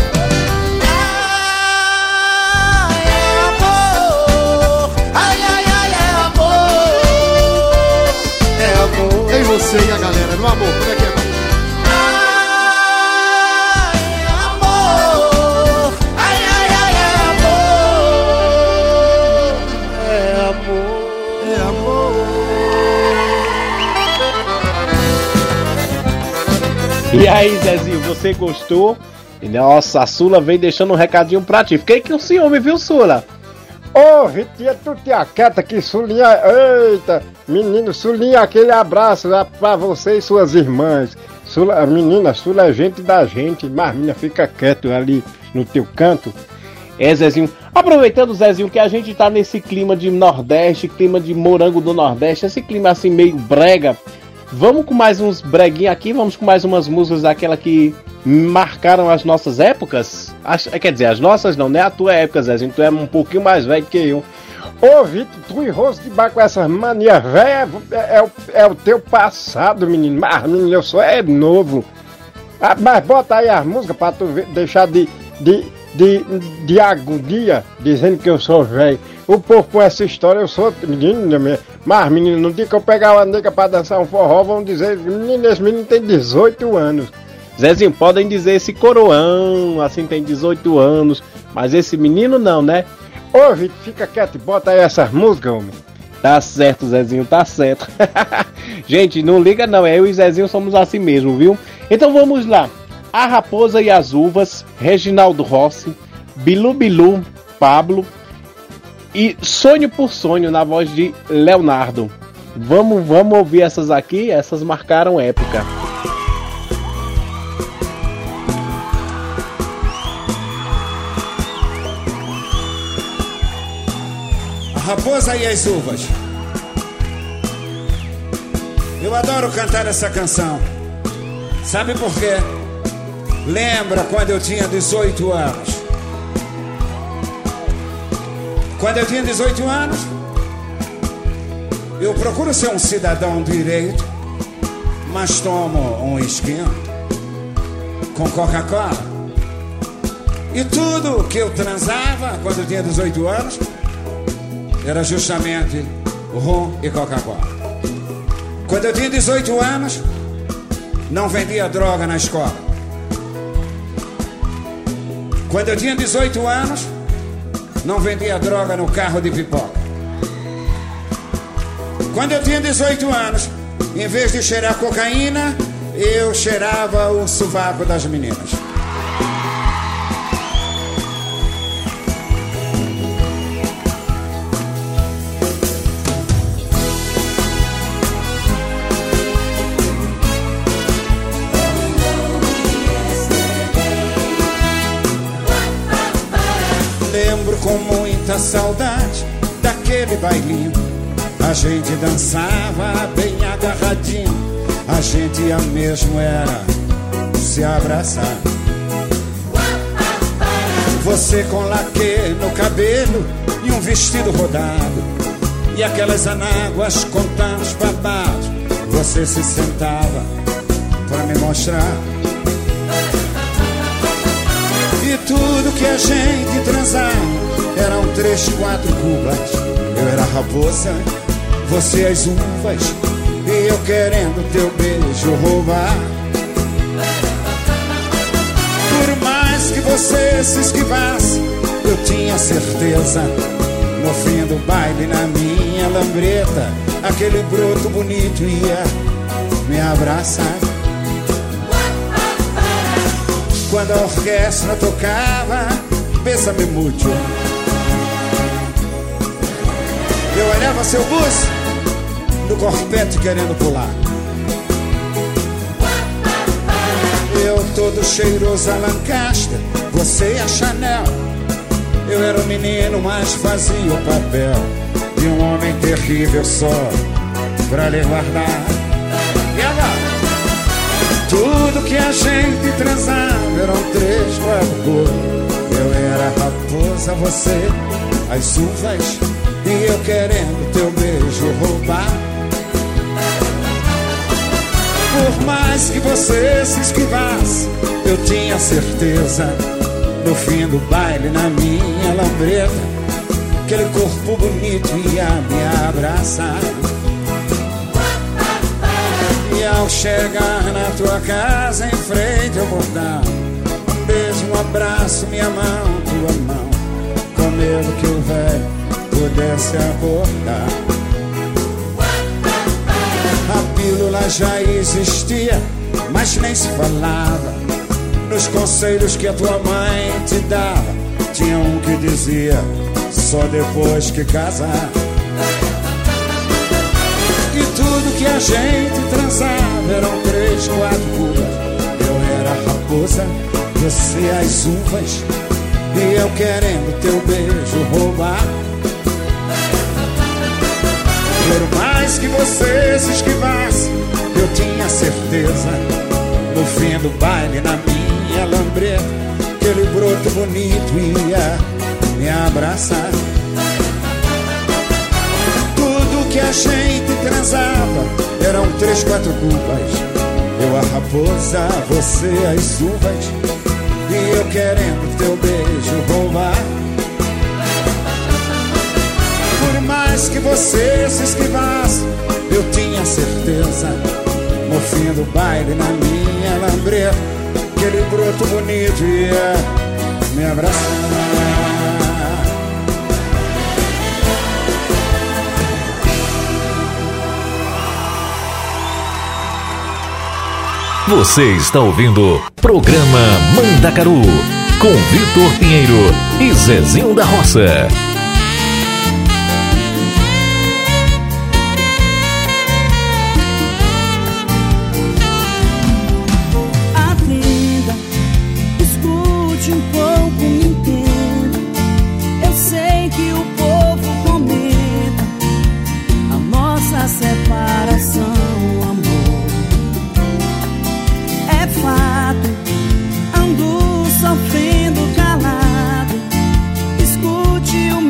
É amor. Ai, ai, ai, é amor. É amor.
Ei, você e a galera, no amor, como é que é?
E aí, Zezinho, você gostou? E nossa, a Sula veio deixando um recadinho pra ti. Fiquei com ciúme, viu, Sula?
Ô, Vitinha, tu te aquieta aqui, Sulinha. Eita, menino, Sulinha, aquele abraço lá pra você e suas irmãs. Sula, menina, Sula é gente da gente, mas menina, fica quieto ali no teu canto.
É, Zezinho, aproveitando, Zezinho, que a gente tá nesse clima de Nordeste, clima de morango do Nordeste, esse clima assim meio brega. Vamos com mais uns breguinhos aqui, vamos com mais umas músicas daquela que marcaram as nossas épocas? Quer dizer, as nossas não, né? A tua época, Zezinho, tu é um pouquinho mais velho que eu.
Ô, Vitor, tu e Roso de bar com essas manias velhas é o teu passado, menino. Mas, menino, eu sou novo. Ah, mas bota aí as músicas pra tu deixar de agonia, dizendo que eu sou velho. O povo com essa história, eu sou menino, mas menino, no dia que eu pegar uma nega pra dançar um forró, vão dizer, menino, esse menino tem 18 anos.
Zezinho, podem dizer esse coroão, assim, tem 18 anos, mas esse menino não, né?
Ô, Vitor, fica quieto e bota aí essas músicas, homem.
Tá certo, Zezinho, tá certo. Gente, não liga não, eu e Zezinho somos assim mesmo, viu? Então vamos lá. A Raposa e as Uvas, Reginaldo Rossi, Bilu Bilu, Pablo e Sonho por Sonho na voz de Leonardo. Vamos ouvir essas aqui, essas marcaram época.
A Raposa e as Uvas. Eu adoro cantar essa canção. Sabe por quê? Lembra quando eu tinha 18 anos? Quando eu tinha 18 anos, eu procuro ser um cidadão direito, mas tomo um esquinho com Coca-Cola. E tudo que eu transava quando eu tinha 18 anos era justamente rum e Coca-Cola. Quando eu tinha 18 anos, não vendia droga na escola. Quando eu tinha 18 anos, não vendia droga no carro de pipoca. Quando eu tinha 18 anos, em vez de cheirar cocaína, eu cheirava o sovaco das meninas. Lembro com muita saudade daquele bailinho. A gente dançava bem agarradinho. A gente ia mesmo era se abraçar. Você com laque no cabelo e um vestido rodado, e aquelas anáguas contando os babados. Você se sentava pra me mostrar. E tudo que a gente transava eram 3, 4 cubas. Eu era a raposa, você as uvas, e eu querendo teu beijo roubar. Por mais que você se esquivasse, eu tinha certeza, no fim do baile, na minha lambreta, aquele broto bonito ia me abraçar. Quando a orquestra tocava Bésame Mucho, eu olhava seu buço no corpete querendo pular. Eu todo cheiroso a Lancaster, você e a Chanel. Eu era um menino, mas fazia o papel de um homem terrível só pra lhe guardar. E agora? Tudo que a gente transava eram 3, 4 cores. Eu era a raposa, você as uvas, e eu querendo teu beijo roubar. Por mais que você se esquivasse, eu tinha certeza, no fim do baile, na minha lambreta, aquele corpo bonito ia me abraçar. E ao chegar na tua casa, em frente ao portão, um beijo, um abraço, minha mão, tua mão, com medo que o velho pudesse acordar. A pílula já existia, mas nem se falava. Nos conselhos que a tua mãe te dava, tinha um que dizia, só depois que casar. E tudo que a gente transava eram 3, 4 cubas. Eu era a raposa, você as uvas, e eu querendo teu beijo roubar. Por mais que você se esquivasse, eu tinha certeza, no fim do baile, na minha lambreta, aquele broto bonito ia me abraçar. Tudo que a gente transava eram 3, 4 cubas. Eu a raposa, você as uvas, e eu querendo teu beijo roubar. Por mais que você se esquivasse, eu tinha certeza, no fim do baile, na minha lambreta, aquele broto bonito ia me abraçar.
Você está ouvindo Programa Mandacaru, com Vitor Pinheiro e Zezinho da Roça.
Sofrendo calado, escute o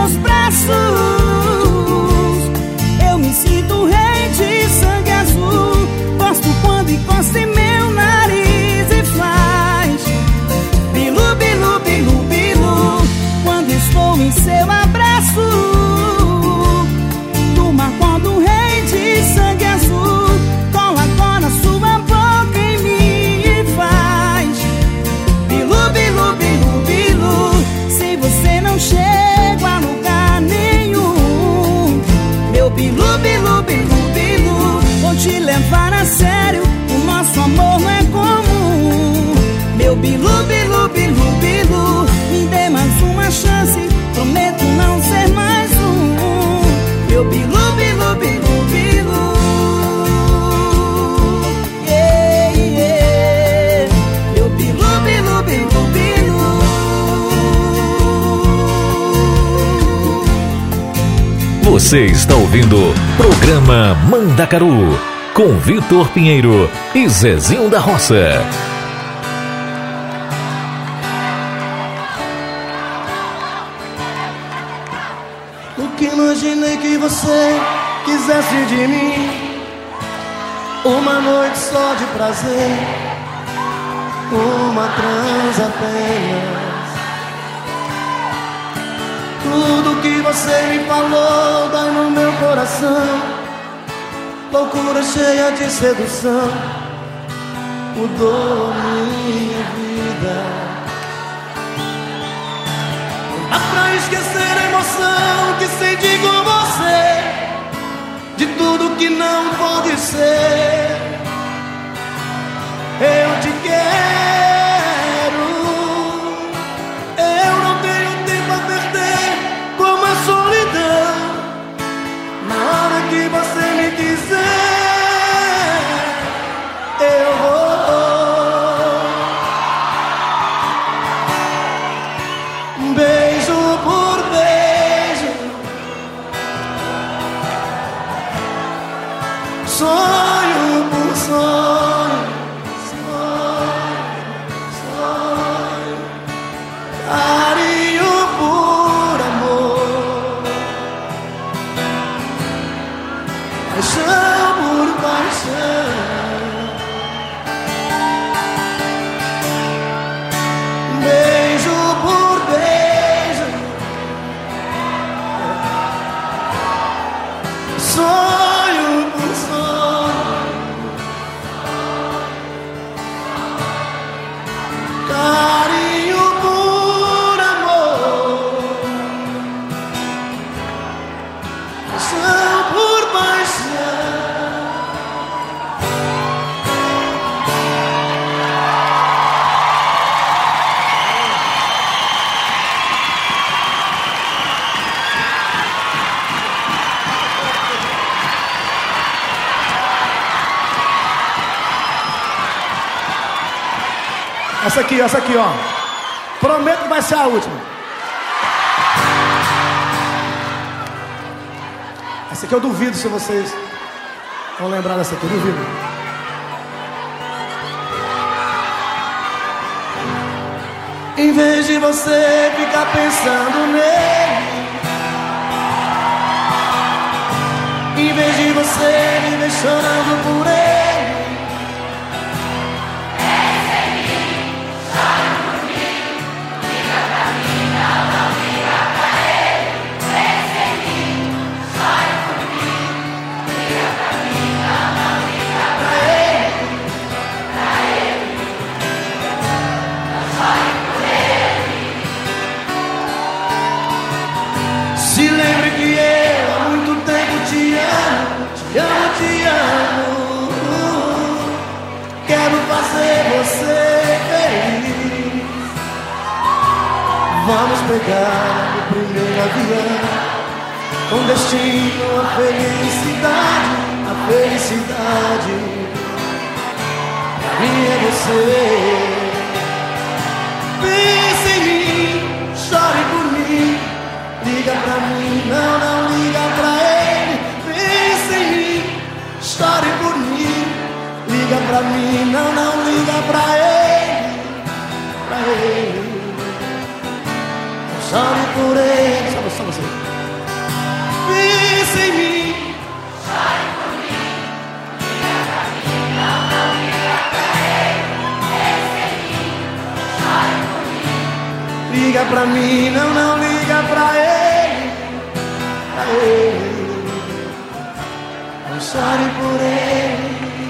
seus braços. Eu me sinto rei de sangue azul. Gosto quando encosta em meu nariz e faz bilu, bilu, bilu, bilu. Quando estou em seu abraço, durma quando rei de sangue azul. Cola agora sua boca em mim e faz bilu, bilu, bilu, bilu. Se você não chega a lugar nenhum, meu bilu, bilu, bilu, bilu. Vou te levar a sério, o nosso amor não é comum. Meu bilu, bilu, bilu, bilu. Me dê mais uma chance, prometo não ser mais um. Meu bilu, bilu, bilu, bilu. Yeah, yeah. Meu bilu, bilu, bilu, bilu.
Você está ouvindo Programa Mandacaru com Vitor Pinheiro e Zezinho da Roça.
Nunca imaginei que você quisesse de mim uma noite só de prazer, uma trans apenas. Tudo que você me falou dói no meu coração. Loucura cheia de sedução mudou minha vida. Dá pra esquecer a emoção que senti com você, de tudo que não pode ser. Eu te quero, eu não tenho tempo a perder como a solidão. Na hora que você me quiser, eu vou beijo por beijo, sonho por sonho, sonho, carinho por amor, paixão por paixão. Beijo por beijo, sonho por sonho, carinho por amor, paixão por paixão.
Essa aqui, ó. Prometo que vai ser a última. Essa aqui eu duvido se vocês vão lembrar dessa aqui, eu duvido.
Em vez de você ficar pensando nele, em vez de você me ver chorando por ele, se lembre que eu há muito tempo te amo, te amo, te amo. Quero fazer você feliz. Vamos pegar o primeiro avião, com destino à felicidade, a felicidade. Pra mim é você. Pense em mim, chore por mim, liga pra mim, não, não liga pra ele. Pense em mim, chore por mim, liga pra mim, não, não liga pra ele, pra ele. chore por ele. Só você. Pensa em mim. Chore por mim. Liga pra mim. Não liga pra ele. Pensa em mim. Chore por mim. Liga pra mim, não liga pra ele. Pra ele. Não chore por ele.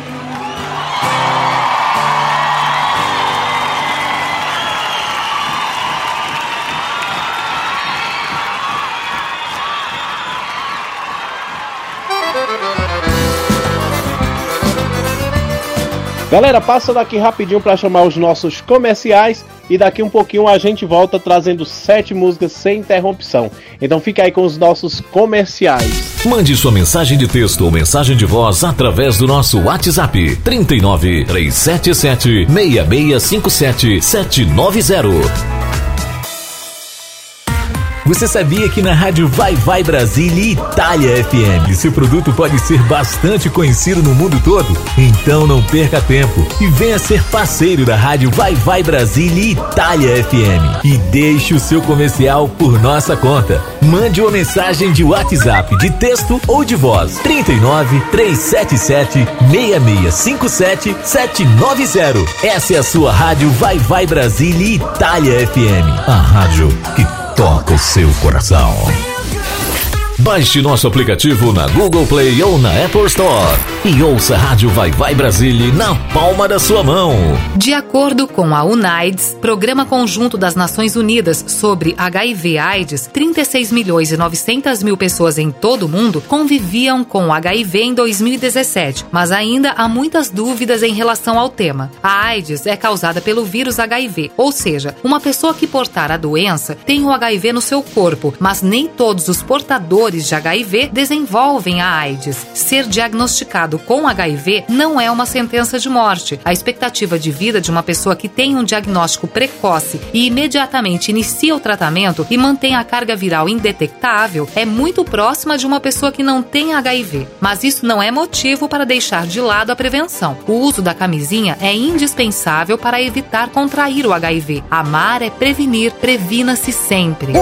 Galera, passando aqui rapidinho para chamar os nossos comerciais e daqui um pouquinho a gente volta trazendo 7 músicas sem interrupção. Então fica aí com os nossos comerciais.
Mande sua mensagem de texto ou mensagem de voz através do nosso WhatsApp 39 377 6657 790. Você sabia que na rádio Vai Brasília e Itália FM seu produto pode ser bastante conhecido no mundo todo? Então não perca tempo e venha ser parceiro da rádio Vai Brasília e Itália FM e deixe o seu comercial por nossa conta. Mande uma mensagem de WhatsApp de texto ou de voz 39 377 6657 790. Essa é a sua rádio Vai Brasília e Itália FM, a rádio que toca o seu coração. Baixe nosso aplicativo na Google Play ou na Apple Store e ouça a Rádio Vai Brasília na palma da sua mão.
De acordo com a UNAIDS, Programa Conjunto das Nações Unidas sobre HIV/AIDS, 36.900.000 pessoas em todo o mundo conviviam com HIV em 2017, mas ainda há muitas dúvidas em relação ao tema. A AIDS é causada pelo vírus HIV, ou seja, uma pessoa que portar a doença tem o HIV no seu corpo, mas nem todos os portadores de HIV desenvolvem a AIDS. Ser diagnosticado com HIV não é uma sentença de morte. A expectativa de vida de uma pessoa que tem um diagnóstico precoce e imediatamente inicia o tratamento e mantém a carga viral indetectável é muito próxima de uma pessoa que não tem HIV. Mas isso não é motivo para deixar de lado a prevenção. O uso da camisinha é indispensável para evitar contrair o HIV. Amar é prevenir. Previna-se sempre.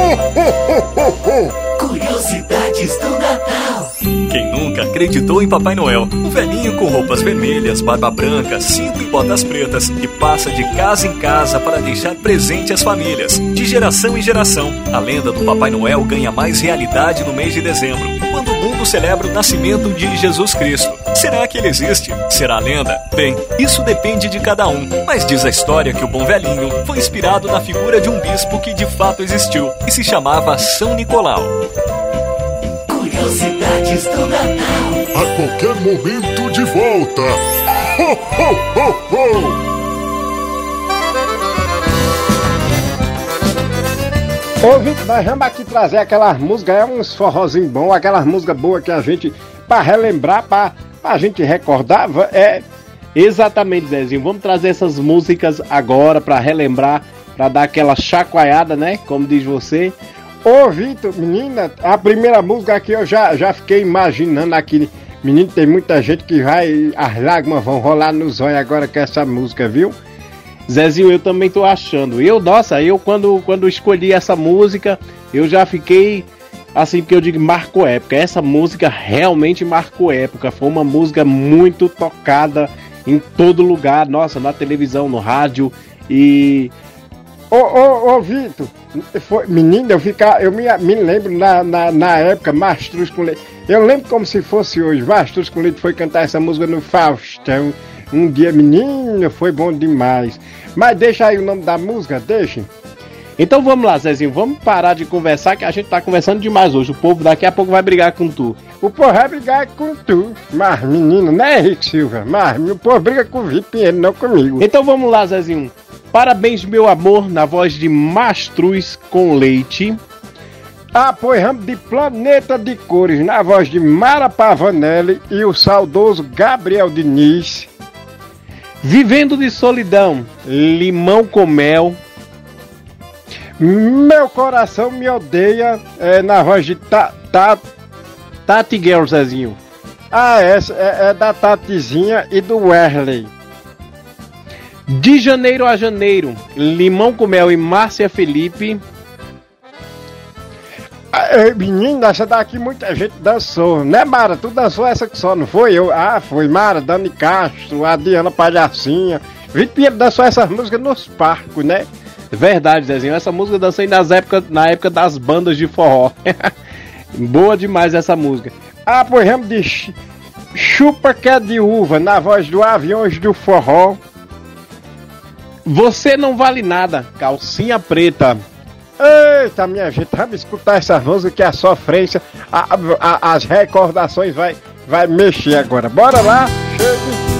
Curiosidades do Natal. Quem nunca acreditou em Papai Noel? Um velhinho com roupas vermelhas, barba branca, cinto e botas pretas, que passa de casa em casa para deixar presente às famílias. De geração em geração, a lenda do Papai Noel ganha mais realidade no mês de dezembro, quando o mundo celebra o nascimento de Jesus Cristo. Será que ele existe? Será lenda? Bem, isso depende de cada um, mas diz a história que o bom velhinho foi inspirado na figura de um bispo que de fato existiu e se chamava São Nicolau. Curiosidades do Natal.
A qualquer momento de volta. Ho, ho, ho, ho.
Ouvinte, nós vamos aqui trazer aquelas músicas, uns forrozinhos bons, aquelas músicas boas que a gente, pra relembrar, pra gente recordar,
Exatamente, Zezinho, vamos trazer essas músicas agora pra relembrar, pra dar aquela chacoalhada, né, como diz você.
Ô Vitor, menina, a primeira música aqui eu já fiquei imaginando aqui. Menino, tem muita gente que as lágrimas vão rolar nos olhos agora com essa música, viu?
Zezinho, eu também tô achando. Eu quando escolhi essa música, eu já fiquei assim, porque eu digo marcou época. Essa música realmente marcou época. Foi uma música muito tocada em todo lugar, nossa, na televisão, no rádio e...
Ô Vitor, menina, eu me lembro na época, Mastruz com Leite. Eu lembro como se fosse hoje. Mastruz com Leite foi cantar essa música no Faustão. Um dia, menina, foi bom demais. Mas deixa aí o nome da música, deixa.
Então vamos lá, Zezinho, vamos parar de conversar, que a gente tá conversando demais hoje. O povo daqui a pouco vai brigar com tu.
O povo vai brigar com tu. Mas, menino, né, Henrique Silva? Mas o povo briga com o Vitor Pinheiro, não comigo.
Então vamos lá, Zezinho. Parabéns, meu amor, na voz de Mastruz com Leite.
Pois vamos de Planeta de Cores, na voz de Mara Pavanelli e o saudoso Gabriel Diniz.
Vivendo de Solidão, Limão com Mel.
Meu Coração Me Odeia, na voz de
Tati Girl, Zezinho.
Essa é da Tatizinha e do Wesley.
De Janeiro a Janeiro, Limão com Mel e Márcia Felipe.
Menino, essa daqui muita gente dançou, né, Mara? Tu dançou essa que só, não foi? Foi Mara, Dani Castro, a Diana Palhacinha. Vitor Pinheiro dançou essas músicas nos parcos, né?
Verdade, Zezinho. Essa música eu dancei na época das bandas de forró. Boa demais essa música.
Pois vamos de Chupa que é de uva, na voz do Aviões do Forró.
Você não vale nada, Calcinha Preta.
Eita, minha gente, vamos escutar essas músicas que a sofrência, as recordações vai mexer agora. Bora lá, chegue.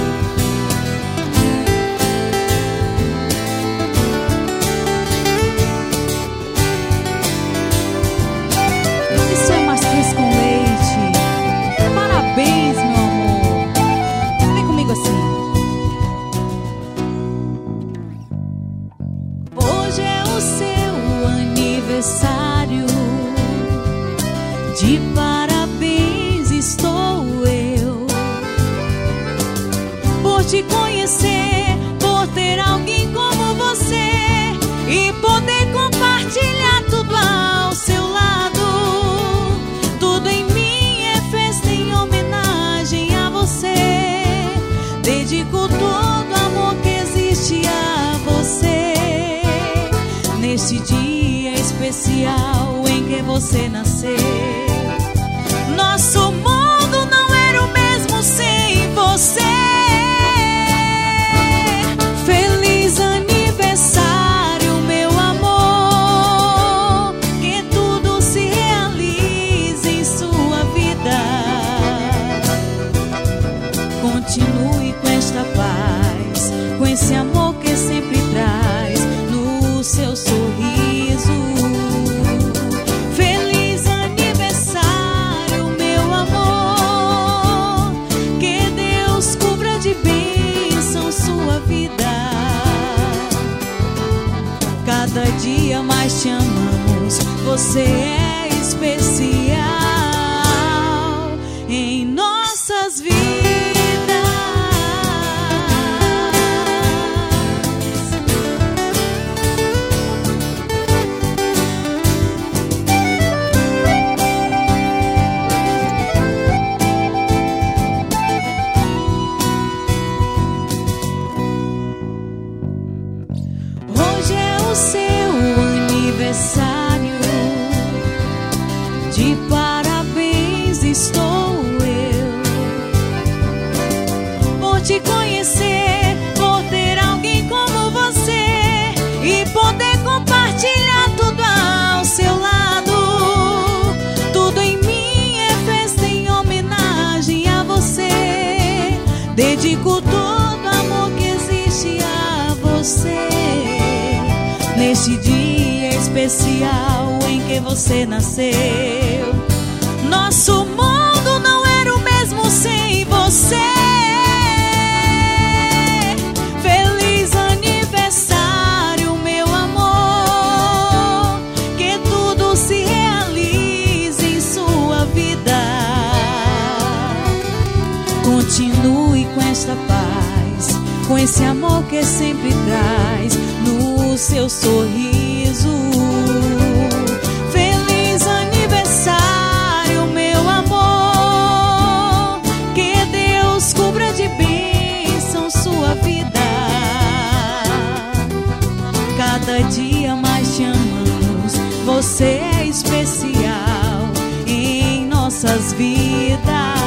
Isso é Mastruz com leite. Parabéns, meu amor. Vem comigo assim. Hoje é o seu aniversário. De parabéns estou eu. Por te conhecer, por ter alguém como você e poder compartilhar tudo ao seu lado. Tudo em mim é festa em homenagem a você. Dedico todo o amor que existe a você. Neste dia especial em que você nasceu. Nosso mundo não era o mesmo sem você. Feliz aniversário, meu amor. Que tudo se realize em sua vida. Continue com esta paz, com esse amor que sempre traz no seu sorriso. Feliz aniversário, meu amor. Que Deus cubra de bênção sua vida. Cada dia mais te amamos. Você é especial em nossas vidas. Hoje é o seu aniversário. De parabéns estou eu. Por te conhecer, por ter alguém como você e poder compartilhar tudo ao seu lado. Tudo em mim é festa em homenagem a você. Dedico todo o amor que existe a você. Neste dia especial em que você nasceu. Nosso mundo não era o mesmo sem você. Feliz aniversário, meu amor. Que tudo se realize em sua vida. Continue com esta paz, com esse amor que sempre traz no seu sorriso. Feliz aniversário, meu amor. Que Deus cubra de bênção sua vida. Cada dia mais te amamos. Você é especial em nossas vidas.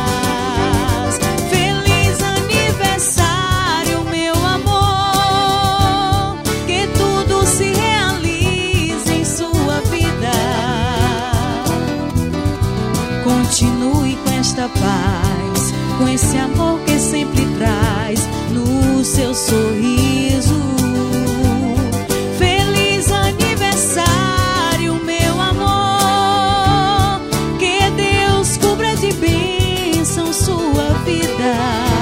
Feliz aniversário, meu amor. Que tudo se realize em sua vida. Continue com esta paz, com esse amor que sempre traz no seu sorriso. Feliz aniversário, meu amor. Que Deus cubra de bênção sua vida.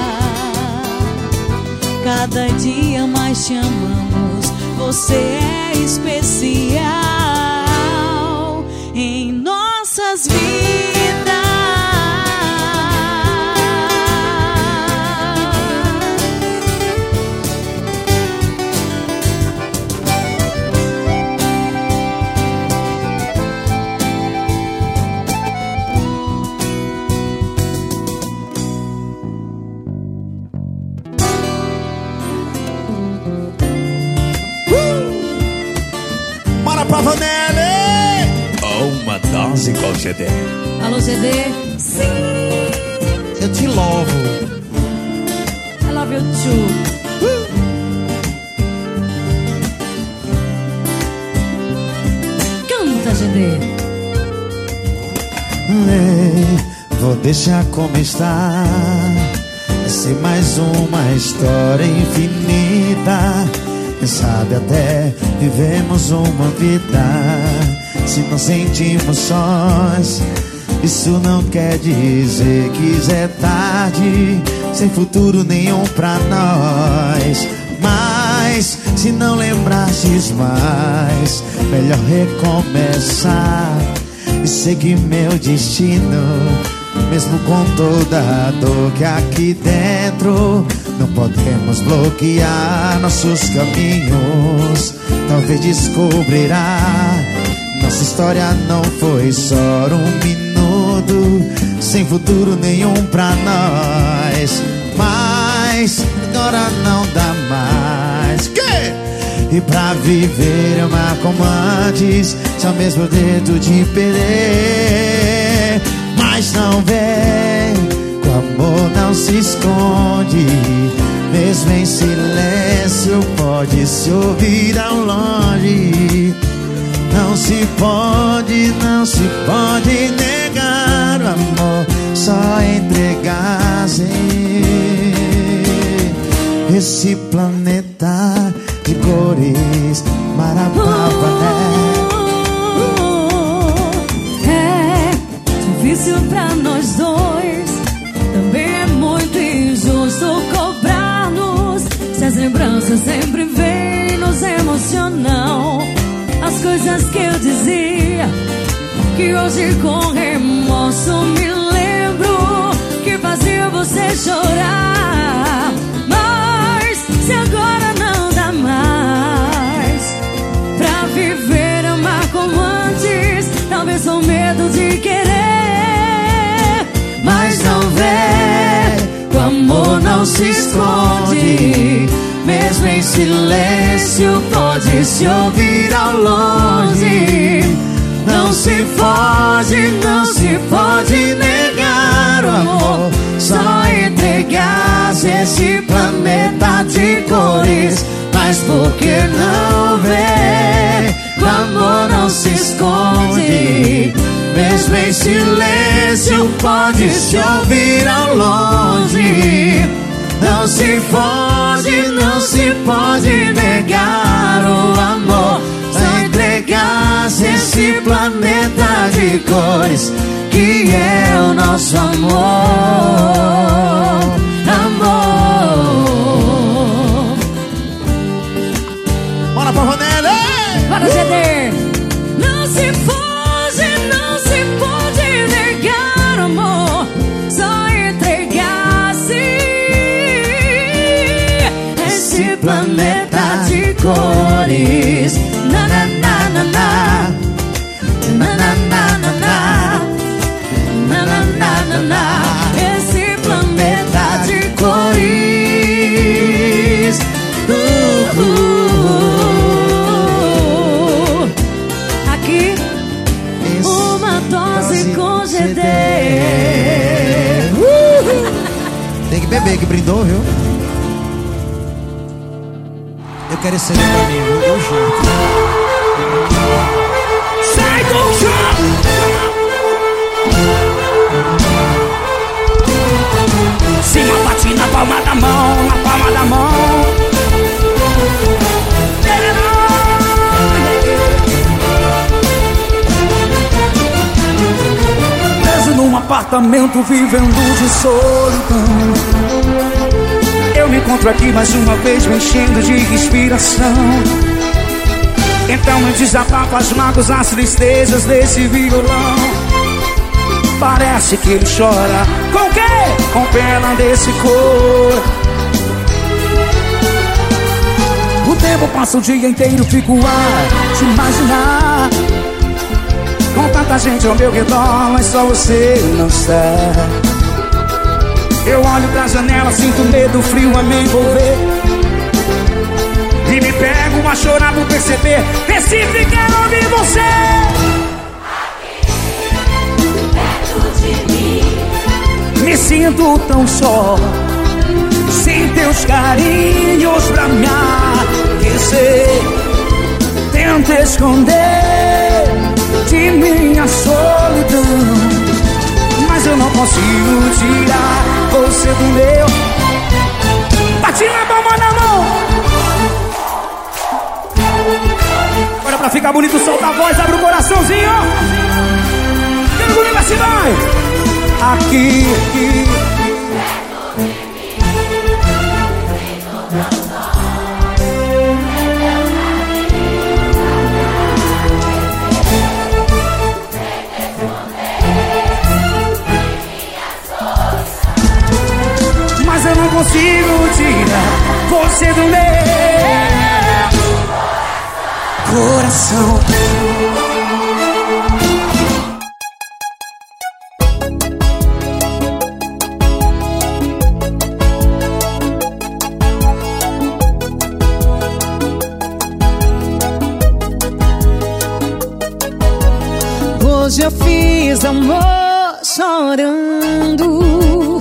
Cada dia mais te amamos. Você é especial em nossas vidas.
dose com o GD.
Alô, GD? Sim.
Eu te louvo.
I love you too. Canta, GD.
Vou deixar como está. Vai ser mais uma história infinita. Quem sabe até vivemos uma vida. Se não sentimos sós, isso não quer dizer que é tarde. Sem futuro nenhum pra nós. Mas se não lembrastes mais, melhor recomeçar e seguir meu destino. Mesmo com toda a dor que aqui dentro, não podemos bloquear nossos caminhos. Talvez descobrirá, nossa história não foi só um minuto, sem futuro nenhum pra nós. Mas agora não dá mais. E pra viver amar como antes, só mesmo o dedo de perder. Mas não vem, que o amor não se esconde. Mesmo em silêncio pode se ouvir ao longe. Não se pode negar o amor, só entregar-se. Esse planeta de cores, Marapavané.
Difícil pra nós dois, também é muito injusto cobrar-nos. Se as lembranças sempre vêm, nos emocionam. As coisas que eu dizia, que hoje com remorso me lembro, que fazia você chorar. Mas se agora não dá mais pra viver, amar como antes, talvez com medo de querer. Mas não vê, o amor não se esconde. Mesmo em silêncio pode se ouvir ao longe. Não se pode negar o amor, só entregar-se esse planeta de cores. Mas por que não vê, o amor não se esconde. Mesmo em silêncio pode se ouvir ao longe. Não se pode negar o amor, só entregar-se esse planeta de cores, que é o nosso amor. Amor.
Bora pra Vanelli!
Bora, GD! Não se pode negar o amor, só entregar-se esse planeta de cores. Na na na na na, na na na na na, na na na na na. Esse planeta de cores. Aqui uma dose com GD.
Tem que beber, que brindou, viu? Eu quero esse CD pra mim, viu? Eu juro.
Sai do chão! Cima, bate na palma da mão, na palma da mão. Preso num apartamento, vivendo de solidão. Eu me encontro aqui mais uma vez, me enchendo de inspiração. Então eu desabafo as mágoas, as tristezas desse violão. Parece que ele chora. Com o quê? Com pena desse cor. O tempo passa o dia inteiro, fico a te imaginar. Com tanta gente ao meu redor, mas só você não está. Eu olho pra janela, sinto medo, frio a me envolver. E me pego a chorar por perceber. Recife, quero ouvir você. sinto tão só, sem teus carinhos pra me aquecer. Tento esconder de minha solidão, mas eu não consigo tirar você do meu. Bate na palma na mão. Agora pra ficar bonito, solta a voz, abre o coraçãozinho. Quero comigo assim, vai. Aqui. Mas eu não consigo tirar você do meu coração.
Hoje eu fiz amor chorando,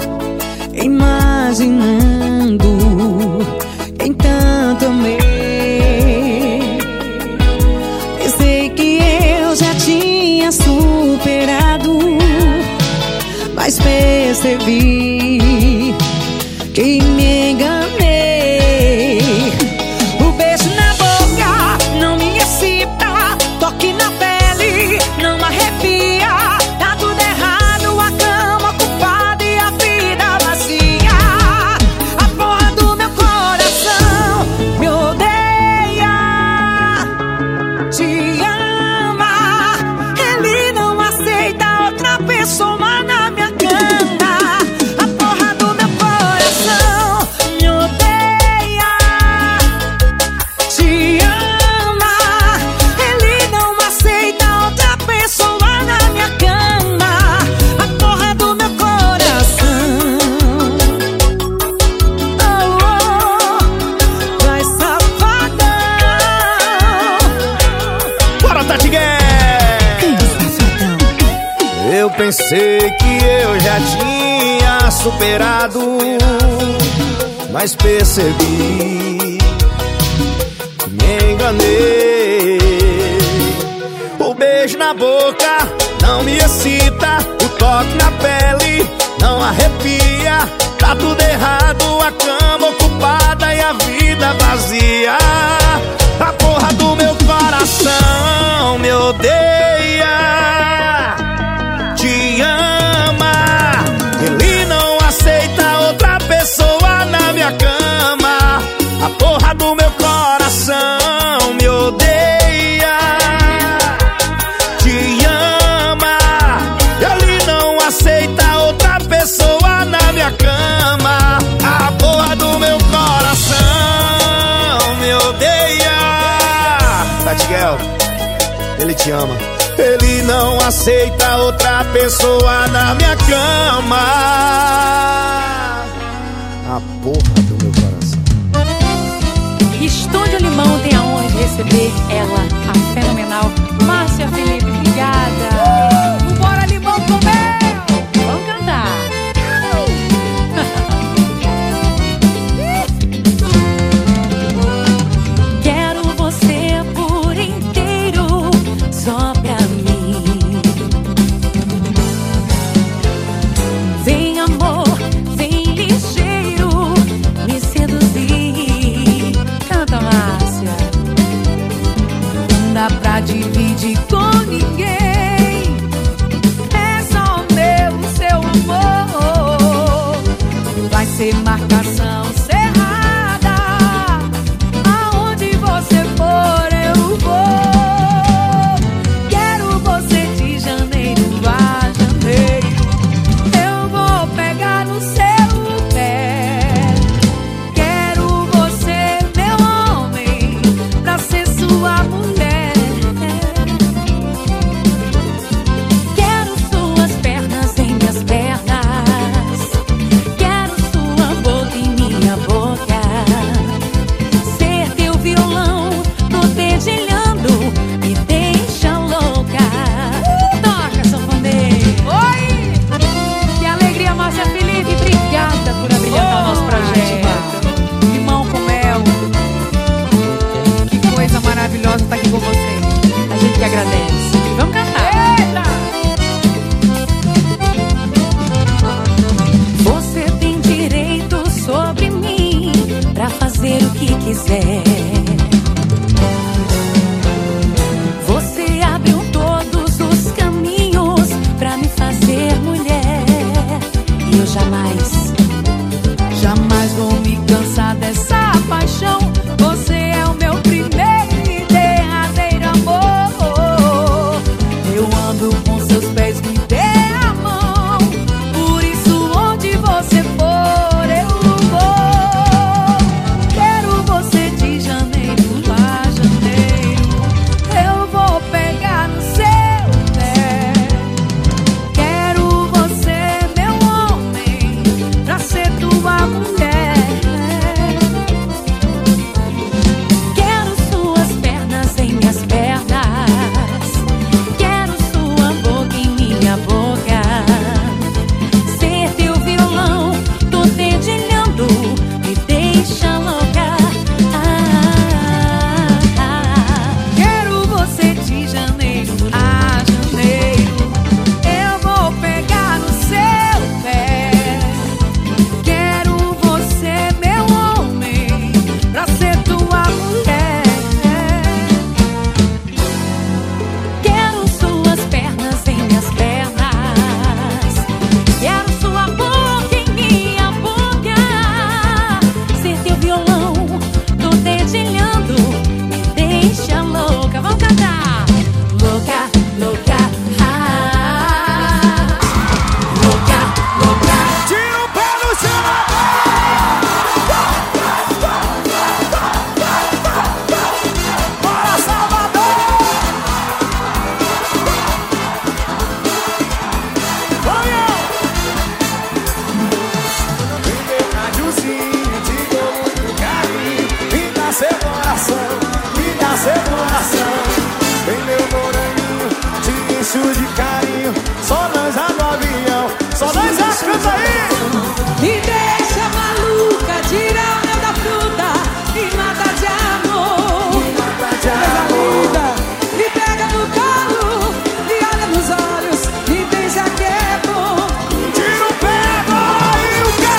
imaginando quem tanto amei. Pensei que eu já tinha superado, mas percebi que me enganei. O beijo na boca não me excita, toque na pele não arrepia. Tá tudo errado, a cama ocupada e a vida vazia. A porra do meu coração me odeia, te ama. Ele não aceita outra pessoa na minha cama. A porra do meu coração me odeia, te ama. Ele não aceita outra pessoa na minha cama. A porra do meu coração. Oh, oh, vai safadão.
Bora, Tati Guedes! Eu pensei que eu já tinha superado, mas percebi que me enganei. O beijo na boca não me excita, o toque na pele não arrepia. Tá tudo errado, a cama ocupada e a vida vazia. A porra do meu coração me odeia, te ama. Ele não aceita outra pessoa na minha cama. A porra do meu coração me odeia, te ama. Ele não aceita outra pessoa na minha cama. A porra do meu coração me odeia. Tati Guedes, ele te ama. Ele não aceita outra pessoa na minha cama. A porra do meu coração.
Estúdio Limão tem a honra de receber ela, a fenomenal Márcia Felipe. Obrigada. Bora, Limão, comer! Vamos cantar. Quero você por inteiro, só pra mim. Vem, amor, vem ligeiro, me seduzir. Canta, Márcia. Não dá pra dividir com ninguém.
carinho, Solange do avião. Solange, canta aí!
Me deixa maluca, tira o mel da fruta, me mata de amor. Me mata de amor. Me pega no colo, me olha nos olhos, me beija que é bom.
Tira o pé, vai o quê?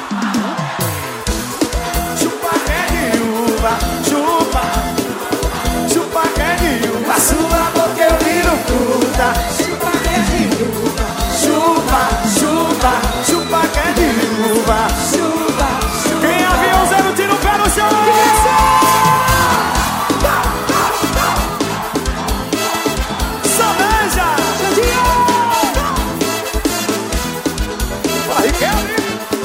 Chupa que de uva, chupa. Chupa que de uva, sua boca eu viro fruta. Chupa que de uva, chupa, chupa. Chupa que de uva, chupa, chupa. Quem é aviãozeiro tira o pé no chão. Solange! Fala, Riquelme!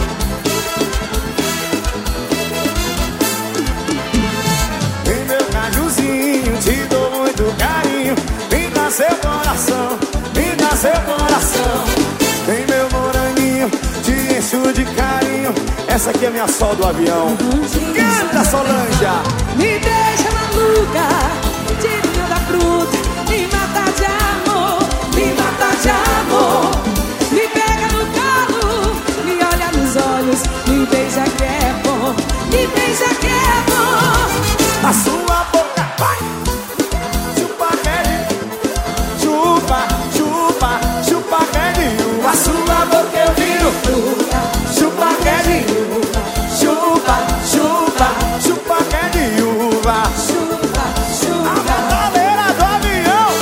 Vem meu cajuzinho, te dou muito carinho. Me dá seu coração, me dá seu coração. Vem meu moranguinho, te encho de carinho. Essa aqui é minha sol do avião. Canta, Solange!
Me deixa maluca, tira o mel da fruta, me mata de amor, me mata de amor. Me pega no colo, me olha nos olhos, me beija que é bom, me beija que é bom.
A sua boca vai. Chupa que de chupa, chupa, chupa que de uva. A sua boca eu viro fruta. Chupa que de uva, chupa, chupa, chupa que de uva.
Chupa, chupa.
A metaleira do avião.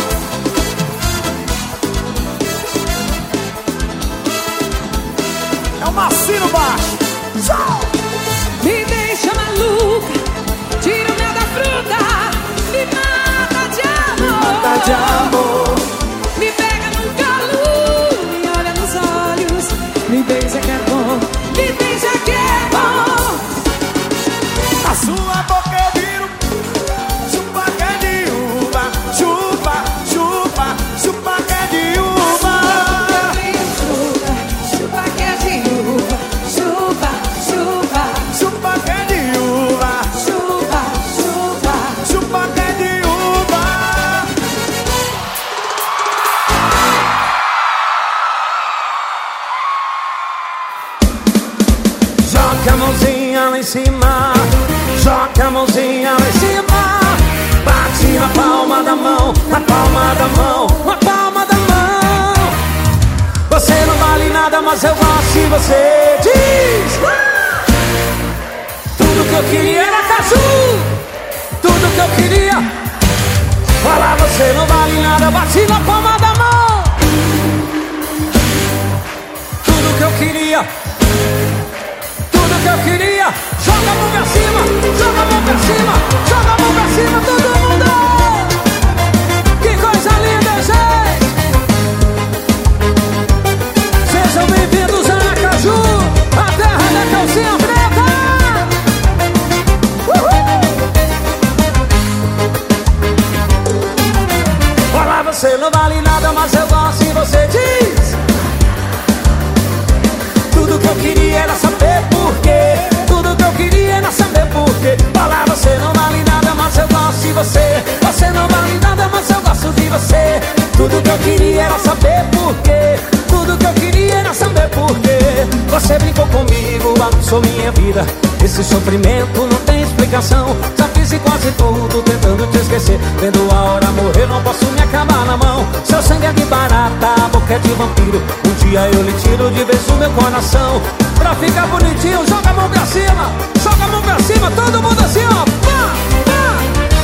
É o Marcino baixo.
Me deixa maluca, tira o mel da fruta, me mata de amor.
Mata de amor.
Me pega no colo, me olha nos olhos, me beija que é bom, me beija que é bom.
A sua boca eu viro chupa que de uva. Chupa, chupa, chupa que de uva.
Chupa que é de uva, chupa, chupa.
Chupa que de uva.
Chupa, chupa.
Chupa que de uva.
Joga a mãozinha lá em cima, joga a mãozinha lá em cima. Bate na palma da mão, na palma da mão, na palma da mão. Você não vale nada, mas eu gosto de você. Diz! Tudo que eu queria era caju, tudo que eu queria. Falar você não vale nada, bate na palma da mão. Tudo que eu queria, tudo que eu queria. Joga a mão pra cima, joga a mão pra cima, joga a mão pra cima, todo mundo. Que coisa linda, gente. Sejam bem-vindos a Aracaju, a terra da calcinha preta. Olha, você não vale nada, mas eu gosto e você diz. Tudo que eu queria era saber porquê. Tudo que eu queria era saber porquê. Falar você não vale nada, mas eu gosto de você. Você não vale nada, mas eu gosto de você. Tudo que eu queria era saber porquê. Tudo que eu queria era saber porquê. Você brincou comigo, bagunçou minha vida. Esse sofrimento não tem explicação. Já fiz quase tudo tentando te esquecer. Vendo a hora morrer, não posso me acabar na mão. Seu sangue é de barata, a boca é de vampiro. Um dia eu lhe tiro de vez o meu coração. Pra ficar bonitinho, joga a mão pra cima. Joga a mão pra cima, todo mundo assim, ó. Pá, pá.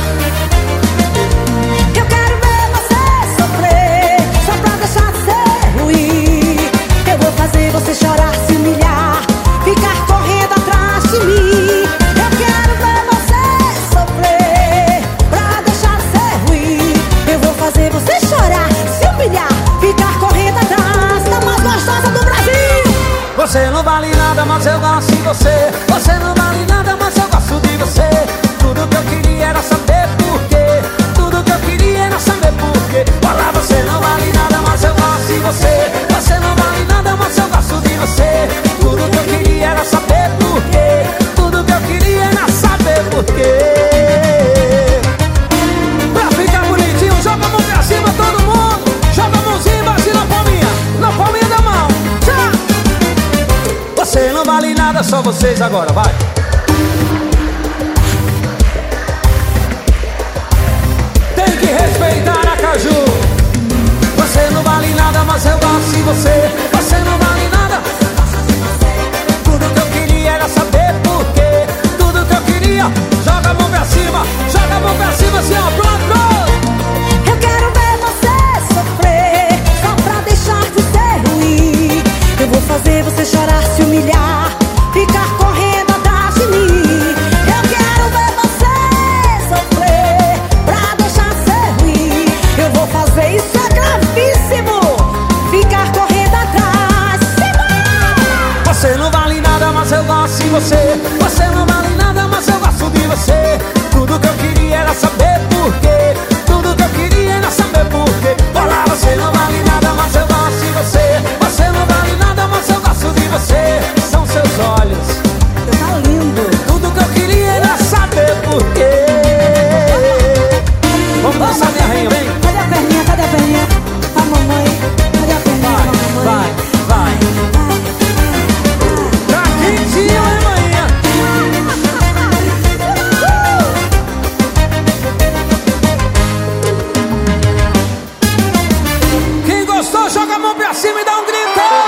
Eu quero ver você sofrer, só pra deixar de ser ruim. Eu vou fazer você chorar, se humilhar, ficar correndo atrás de mim. Eu quero ver você sofrer, pra deixar de ser ruim. Eu vou fazer você chorar, se humilhar, ficar correndo atrás da mais gostosa do Brasil.
Você não vale nada, mas eu gosto de você. Você não vale nada, mas eu gosto de você. Tudo que eu queria era saber porquê. Tudo que eu queria era saber porquê. Olha, você não vale nada, mas eu gosto de você. Você não vale nada, mas eu gosto de você. Tudo que eu queria era saber porquê. Tudo que eu queria era saber porquê. Pra ficar bonitinho, joga a mão pra cima, todo mundo. Joga a mãozinha nada, só vocês agora, vai. Tem que respeitar a Caju. Você não vale nada, mas eu gosto de você. Você não vale nada. Tudo que eu queria era saber por quê. Tudo que eu queria, joga a mão pra cima. Joga a mão pra cima, assim ó, pronto.
Eu quero ver você sofrer, só pra deixar de ser ruim. Eu vou fazer você chorar, se humilhar, ficar correndo atrás de mim. Eu quero ver você sofrer, pra deixar de ser ruim. Eu vou fazer isso, é gravíssimo, ficar correndo atrás.
Você não vale nada, mas eu gosto de você. Você não vale nada, mas eu gosto de você. Tudo que eu queria era saber por quê. Tudo que eu queria era saber por quê. Olá, você não vale nada, mas eu gosto de você. Você não vale nada, mas eu gosto de você. São seus olhos, tá lindo. Tudo que eu queria era saber por quê. Vamos dançar, minha rainha, vem.
Cadê a perninha, cadê a perninha? A mamãe, cadê a perninha?
Vai, vai, vai. Tá quentinho, hein, manhã? Quem gostou, joga a mão pra cima e dá um grito.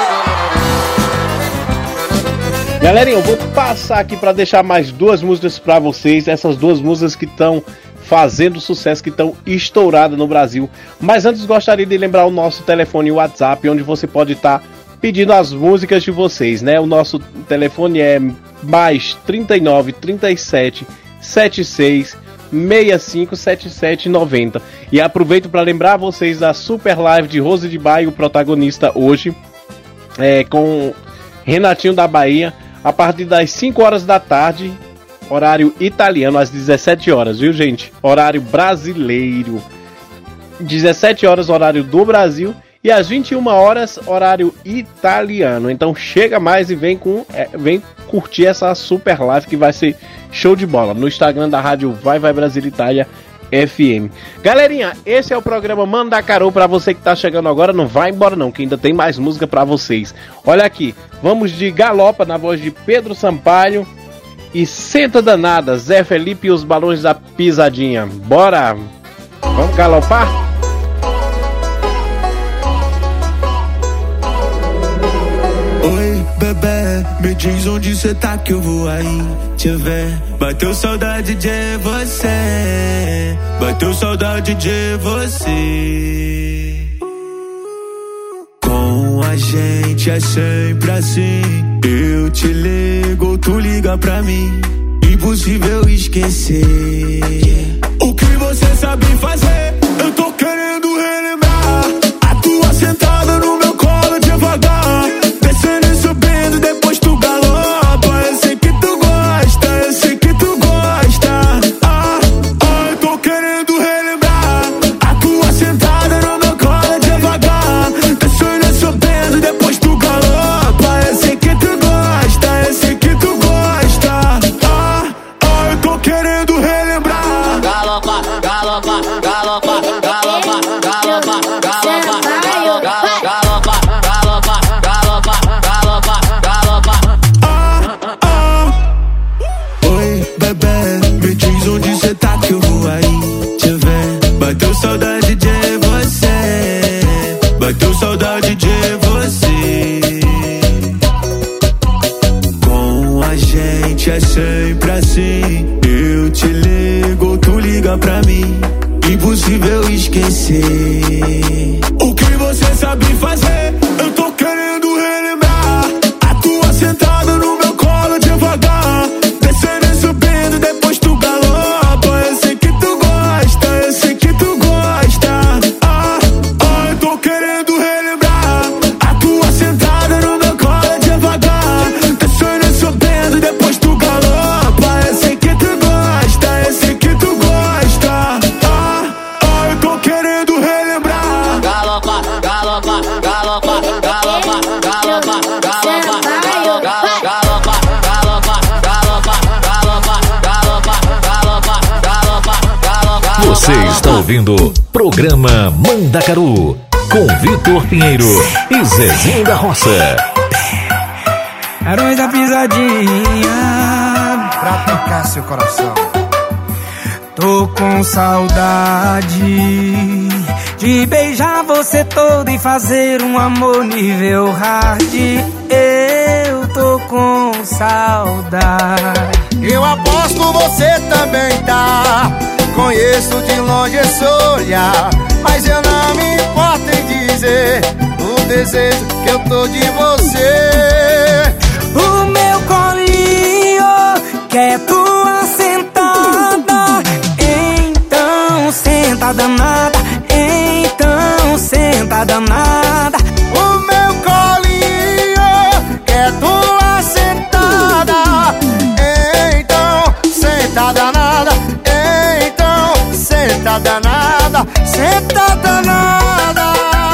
Galerinha, eu vou passar aqui para deixar mais duas músicas para vocês. Essas duas músicas que estão fazendo sucesso, que estão estouradas no Brasil. Mas antes gostaria de lembrar o nosso telefone WhatsApp, onde você pode estar pedindo as músicas de vocês, né? O nosso telefone é mais 39 37 76 65 77 90. E aproveito para lembrar vocês da super live de Rose de Baia, o protagonista hoje, com Renatinho da Bahia, a partir das 5 horas da tarde, horário italiano, às 17 horas, viu, gente? Horário brasileiro. 17 horas, horário do Brasil, e às 21 horas, horário italiano. Então chega mais e vem curtir essa super live que vai ser show de bola no Instagram da rádio Vai Brasil Itália FM. Galerinha, esse é o programa Mandacaru. Pra você que tá chegando agora, não vai embora não, que ainda tem mais música pra vocês. Olha aqui, vamos de Galopa na voz de Pedro Sampaio e Senta Danada, Zé Felipe e os Balões da Pisadinha. Bora! Vamos galopar?
Oi, bebê, me diz onde cê tá que eu vou aí te ver. Bateu saudade de você, bateu saudade de você. Com a gente é sempre assim, eu te ligo, tu liga pra mim. Impossível esquecer o que você sabe fazer. Eu tô querendo relembrar a tua sentada no meu colo devagar, descendo e subindo, depois tu galopa. Eu sei que tu gosta, eu sei que tu gosta. Eu tô querendo relembrar a tua sentada no meu colo devagar, descendo e subindo, depois tu galopa. Eu sei que tu gosta, eu sei que tu gosta. Eu tô querendo relembrar. Galopa, galopa, galopa, galopa, galopa, galopa, galopa, galopa, galopa, galopa, galopa. Oi, bebê, me diz onde cê tá que eu vou aí te ver. Bateu saudade de você, bateu saudade de você. Com a gente é sempre assim, eu te ligo, tu liga pra mim. Impossível esquecer o que você sabe fazer. Eu tô querendo relembrar a tua sentada no meu colo devagar, descendo e subindo, depois tu galopa. Eu sei que tu gosta, eu sei que tu gosta. Eu tô querendo relembrar a tua sentada no meu colo devagar, descendo e subindo, depois tu galopa. Eu sei que tu gosta, eu sei que tu gosta. Eu tô querendo relembrar. Galopa, galopa, galopa, galopa, galopa, galopa, galopa, galopa, galopa, galopa, galopa, galopa, galopa, galopa.
Você está ouvindo o programa Mandacaru com Vitor Pinheiro e Zezinho da Roça.
Barões da Pisadinha,
pra tocar seu coração.
Tô com saudade de beijar você toda e fazer um amor nível hard. Eu tô com saudade.
Eu aposto você também tá. Conheço de longe esse olhar, mas eu não me importo em dizer o desejo que eu tô de você.
O meu colinho quer tua sentada. Então senta danada, então senta danada.
O meu colinho quer tua sentada. Então senta danada, então senta danada, senta danada.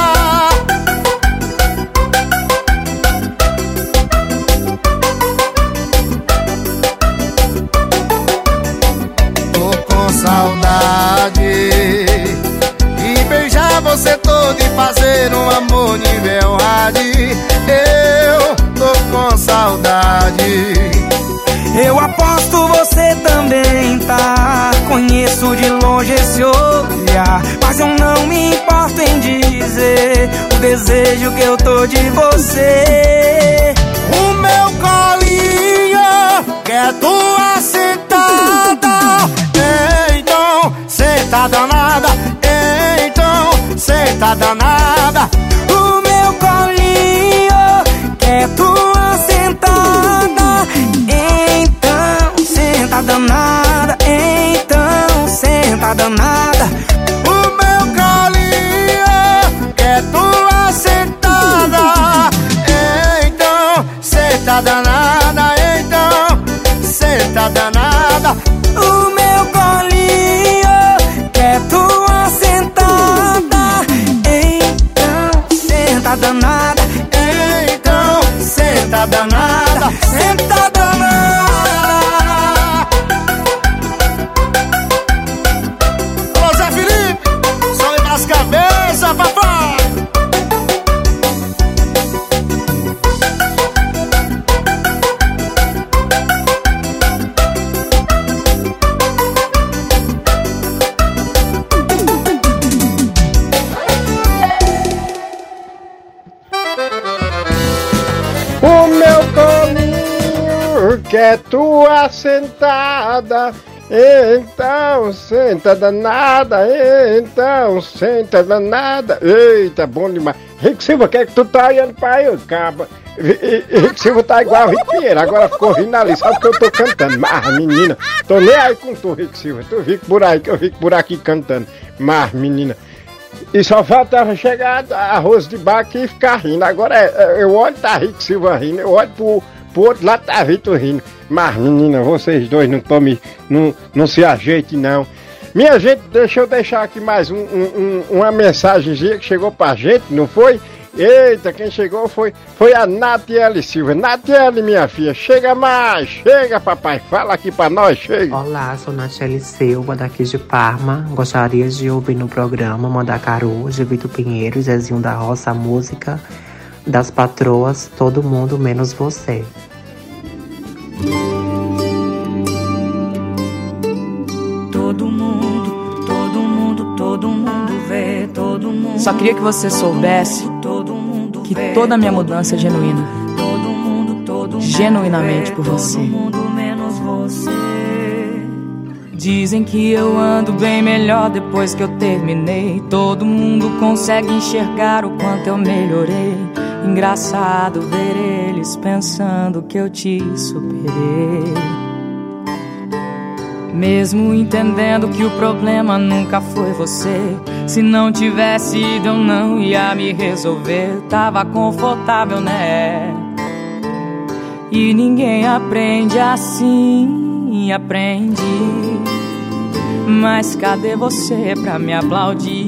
Tô com saudade de beijar você todo e fazer um amor nível hard. Eu tô com saudade.
Eu aposto você também tá. Conheço de longe esse olhar, mas eu não me importo em dizer o desejo que eu tô de você.
O meu colinho quer tua sentada. Então senta danada, então senta danada.
O meu colinho quer tua sentada. Então senta danada, então senta danada.
O meu colinho quer tua sentada. Então senta danada, então senta danada.
O meu colinho quer tua sentada. Então senta danada,
então senta danada, senta danada. Ô Zé Felipe, sobe pras cabeças, papai.
O meu colinho quer tua sentada. Então senta danada, então senta danada. Eita, bom demais. Rico Silva, quer que tu tá olhando pra eu, caba? Rico Silva tá igual o Rico Pinheiro, agora ficou rindo ali, sabe que eu tô cantando. Mas menina, tô nem aí com tu, Rico Silva. Tu fica por aí, que eu fico por aqui cantando. Mas menina, e só faltava chegar a Rose de Bar aqui e ficar rindo. Agora eu olho, tá Rico Silva rindo, eu olho pro outro lado, tá Vitor rindo. Mas menina, vocês dois não se ajeitem não. Minha gente, deixa eu deixar aqui mais uma mensagenzinha que chegou pra gente, não foi? Eita, quem chegou foi a Natiele Silva. Natiele, minha filha, chega mais, chega papai, fala aqui pra nós, chega.
Olá, sou Natiele Silva, daqui de Parma. Gostaria de ouvir no programa Mandacaru, de Vitor Pinheiro, Zezinho da Roça, a música das patroas, Todo Mundo Menos Você.
Todo mundo vê, todo mundo.
Só queria que você soubesse que toda a minha mudança é genuína. Genuinamente por você.
Menos você.
Dizem que eu ando bem melhor depois que eu terminei. Todo mundo consegue enxergar o quanto eu melhorei. Engraçado ver eles pensando que eu te superei. Mesmo entendendo que o problema nunca foi você. Se não tivesse ido eu não ia me resolver. Tava confortável, né? E ninguém aprende assim, aprendi. Mas cadê você pra me aplaudir?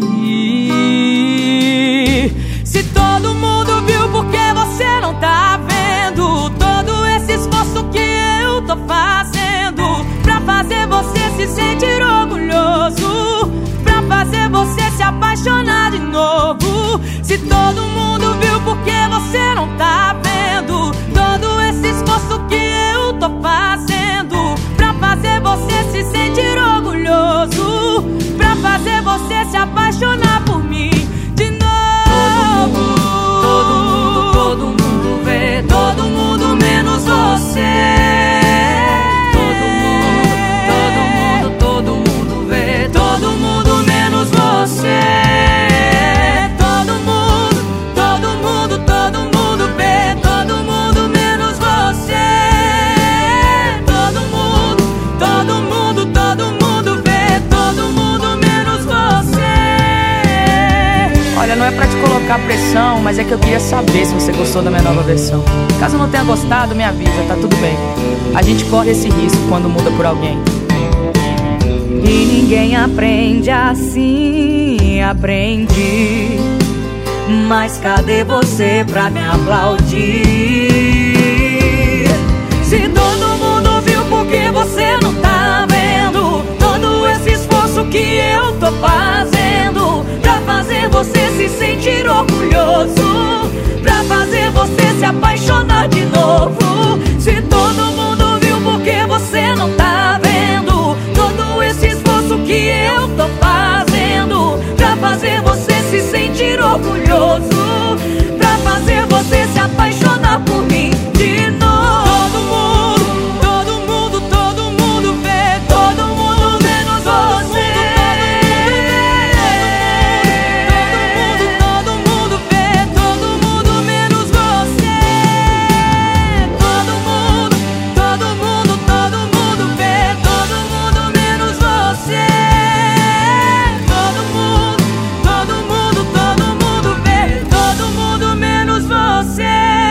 Se todo mundo viu, por que você não tá vendo? Todo esse esforço que eu tô fazendo pra fazer você se sentir orgulhoso, pra fazer você se apaixonar de novo. Se todo mundo viu, por que você não tá vendo? Todo esse esforço colocar pressão, mas é que eu queria saber se você gostou da minha nova versão. Caso não tenha gostado, me avisa, tá tudo bem. A gente corre esse risco quando muda por alguém.
E ninguém aprende assim, aprendi. Mas cadê você pra me aplaudir? Se todo mundo viu, por que você não tá vendo? Todo esse esforço que eu tô fazendo pra fazer você se sentir orgulhoso, pra fazer você se apaixonar de novo. Se todo mundo viu, por que você não tá vendo? Todo esse esforço que eu tô fazendo pra fazer você se sentir orgulhoso, pra fazer você se apaixonar por mim de novo. Todo mundo vê, todo mundo menos você. Todo mundo vê, todo mundo menos você. Todo mundo vê, todo mundo menos você. Todo mundo vê, todo mundo menos você.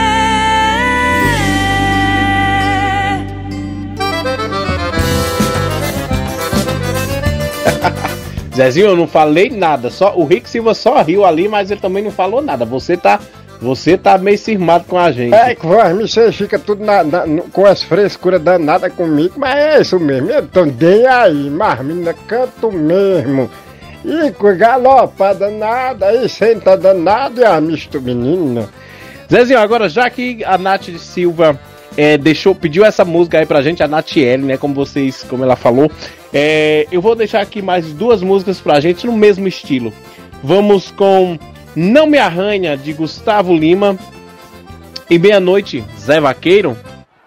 Zezinho, eu não falei nada, só o Rick Silva só riu ali, mas ele também não falou nada. Você tá meio cismado com a gente.
É que você fica tudo com as frescuras danadas comigo, mas é isso mesmo, eu tô nem aí, mas menina, canto mesmo. E com galopa danada, aí senta danada e amisto menino.
Zezinho, agora já que a Nath Silva pediu essa música aí pra gente, a Natiele, né, como ela falou, eu vou deixar aqui mais duas músicas pra gente no mesmo estilo. Vamos com Não Me Arranha, de Gustavo Lima, e Meia-Noite, Zé Vaqueiro.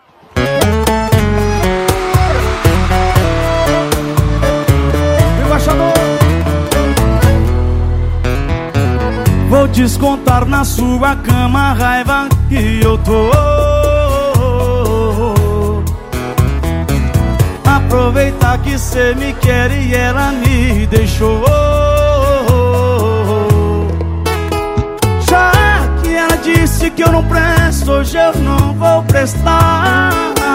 Vou descontar na sua cama a raiva que eu tô. Aproveitar que cê me quer e ela me deixou. Já que ela disse que eu não presto, hoje eu não vou prestar.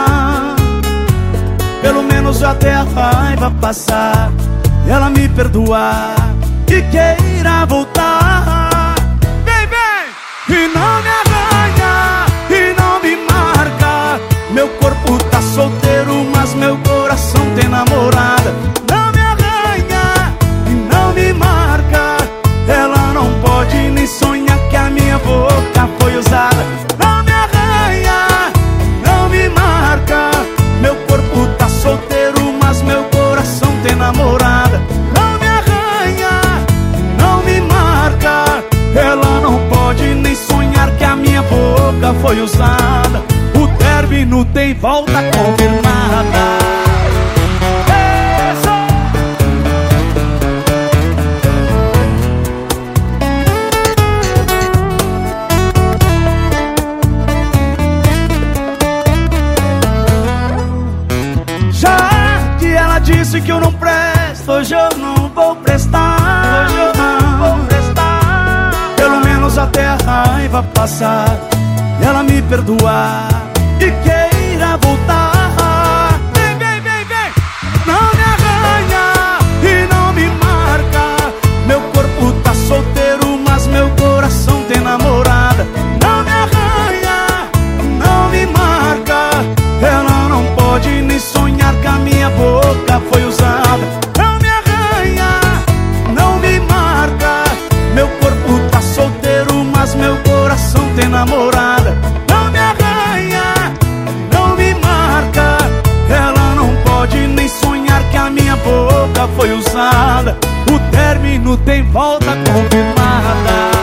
Pelo menos até a raiva passar, ela me perdoar e queira voltar. Vem, vem! E não me arranha, e não me marca. Meu corpo tá solteiro, mas meu coração tem namorada. Não me arranha e não me marca. Ela não pode nem sonhar que a minha boca foi usada. Não me arranha, não me marca. Meu corpo tá solteiro, mas meu coração tem namorada. Não me arranha, não me marca. Ela não pode nem sonhar que a minha boca foi usada. O término tem volta confirmada. Já que ela disse que eu não presto, hoje eu não vou prestar. Hoje eu não vou prestar. Pelo menos até a raiva passar, ela me perdoar e queira voltar. Vem, vem, vem, vem! Não me arranha e não me marca. Meu corpo tá solteiro, mas meu coração tem namorada. Não me arranha, não me marca. Ela não pode nem sonhar que a minha boca foi usada. Não me arranha, não me marca. Meu corpo tá solteiro, mas meu coração tem namorada. Não me arranha, não me marca. Ela não pode nem sonhar que a minha boca foi usada. O término tem volta confirmada.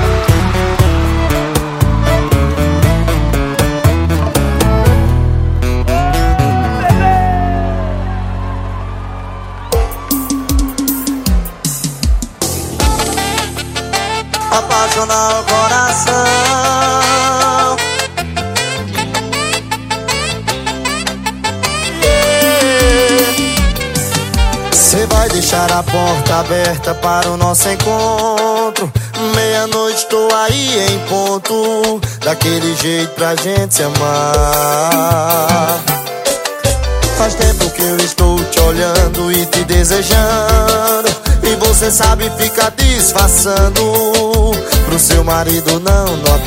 Apaixonar o coração. Cê vai deixar a porta aberta para o nosso encontro, Meia-noite tô aí em ponto, daquele jeito pra gente se amar. Faz tempo que eu estou te olhando e te desejando, e você sabe ficar disfarçando pro seu marido não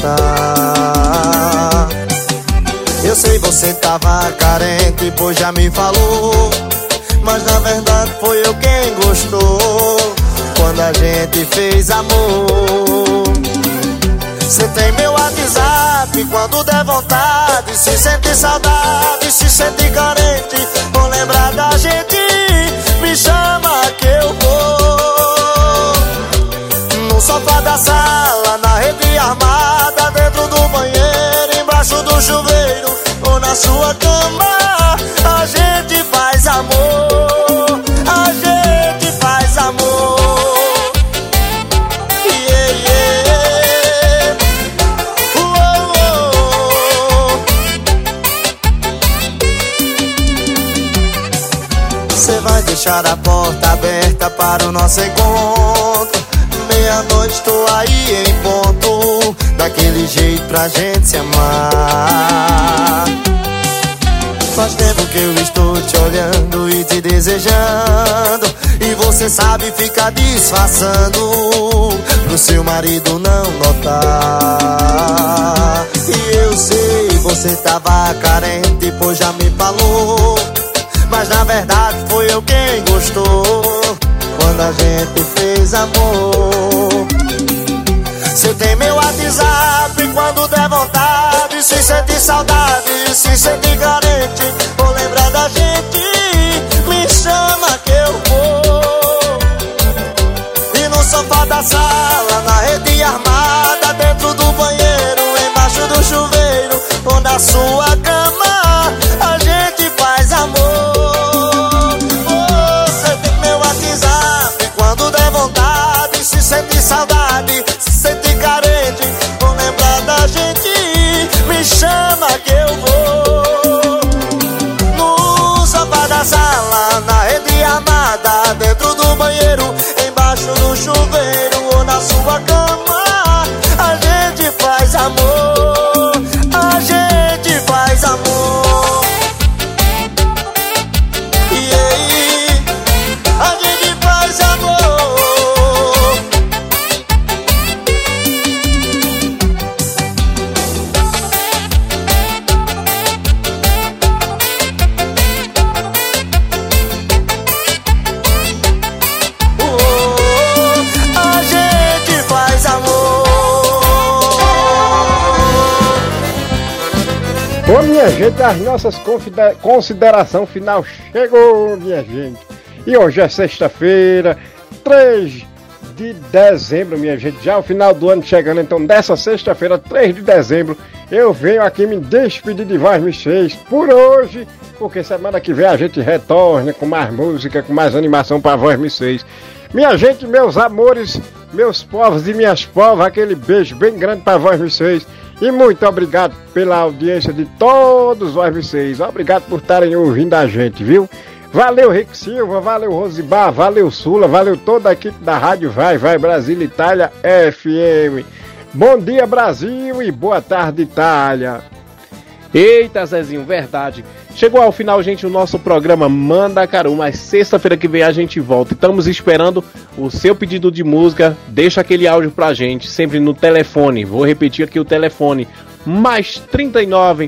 notar. Eu sei você tava carente, pois já me falou, mas na verdade foi eu quem gostou quando a gente fez amor. Cê tem meu WhatsApp, quando der vontade, se sente saudade, se sente carente, ou lembrar da gente, me chama que eu vou. No sofá da sala, na rede armada, dentro do banheiro, embaixo do chuveiro, ou na sua cama, a gente faz amor, a gente faz amor. Você vai deixar a porta aberta para o nosso encontro. Meia-noite tô aí em ponto, daquele jeito pra gente se amar. Faz tempo que eu estou te olhando e te desejando, e você sabe ficar disfarçando pro seu marido não notar. E eu sei, você tava carente, pois já me falou, mas na verdade foi eu quem gostou quando a gente fez amor. Cê tem meu WhatsApp, quando der vontade, se sente saudade, se sente carente, ou lembrar da gente, me chama que eu vou. E no sofá da sala, na rede armada, dentro do banheiro, embaixo do chuveiro, ou na sua cama, a gente faz amor. Se sente saudade, se sente carente, vou lembrar da gente, me chama que eu vou. No sofá da sala, na rede armada, dentro do banheiro, embaixo do chuveiro, ou na sua cama, a gente faz amor, a gente faz amor. E aí, a gente faz amor.
Bom, minha gente, as nossas consideração final chegou, minha gente. E hoje é sexta-feira, 3 de dezembro, minha gente. Já o final do ano chegando, então dessa sexta-feira, 3 de dezembro, eu venho aqui me despedir de Voz Me6 por hoje, porque semana que vem a gente retorna com mais música, com mais animação para Voz Me6. Minha gente, meus amores, meus povos e minhas povas, aquele beijo bem grande para Voz Me6. E muito obrigado pela audiência de todos Voz Me6. Obrigado por estarem ouvindo a gente, viu? Valeu, Rick Silva, valeu, Rosibar, valeu, Sula, valeu toda a equipe da Rádio Vai Brasília Itália FM. Bom dia, Brasil, e boa tarde, Itália.
Eita, Zezinho, verdade. Chegou ao final, gente, o nosso programa Mandacaru, mas sexta-feira que vem a gente volta. Estamos esperando o seu pedido de música. Deixa aquele áudio pra gente, sempre no telefone. Vou repetir aqui o telefone. Mais 39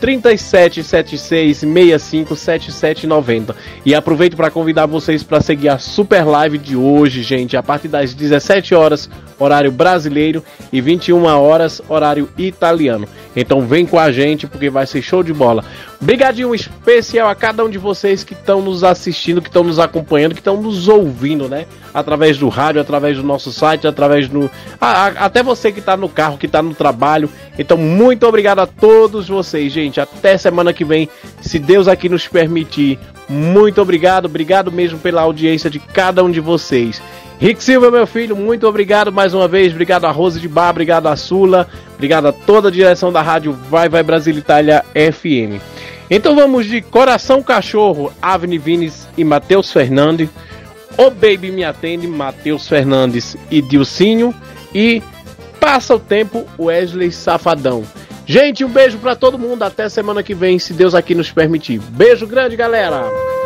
37 76 65 77 90. E aproveito para convidar vocês para seguir a super live de hoje, gente, a partir das 17 horas, horário brasileiro, e 21 horas, horário italiano. Então vem com a gente, porque vai ser show de bola. Brigadinho especial a cada um de vocês que estão nos assistindo, que estão nos acompanhando, que estão nos ouvindo, né? Através do rádio, através do nosso site, através do... até você que está no carro, que está no trabalho. Então, muito obrigado a todos vocês, gente. Até semana que vem, se Deus aqui nos permitir. Muito obrigado, obrigado mesmo pela audiência de cada um de vocês. Rick Silva, meu filho, muito obrigado mais uma vez. Obrigado a Rose de Bar, obrigado a Sula, obrigado a toda a direção da rádio Vai Brasília Itália FM. Então vamos de Coração Cachorro, Avni Vines e Matheus Fernandes. O Baby Me Atende, Matheus Fernandes e Dilcinho. e Passa o Tempo, Wesley Safadão. Gente, um beijo pra todo mundo, até semana que vem, se Deus aqui nos permitir. Beijo grande, galera!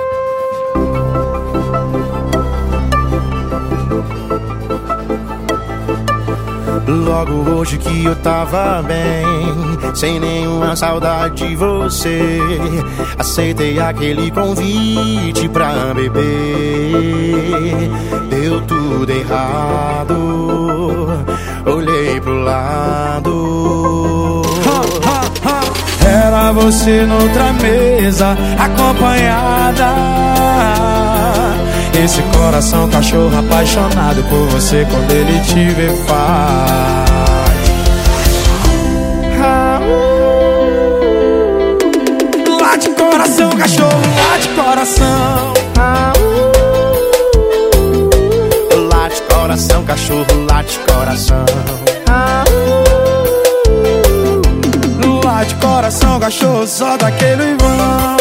Logo hoje que eu tava bem, sem nenhuma saudade de você, aceitei aquele convite pra beber. Deu tudo errado, olhei pro lado.
Era você noutra mesa, acompanhada. Esse coração cachorro apaixonado por você, quando ele te vê faz. Late coração, cachorro, late coração.
Late coração, cachorro, late coração.
Late coração, cachorro, só daquele vão.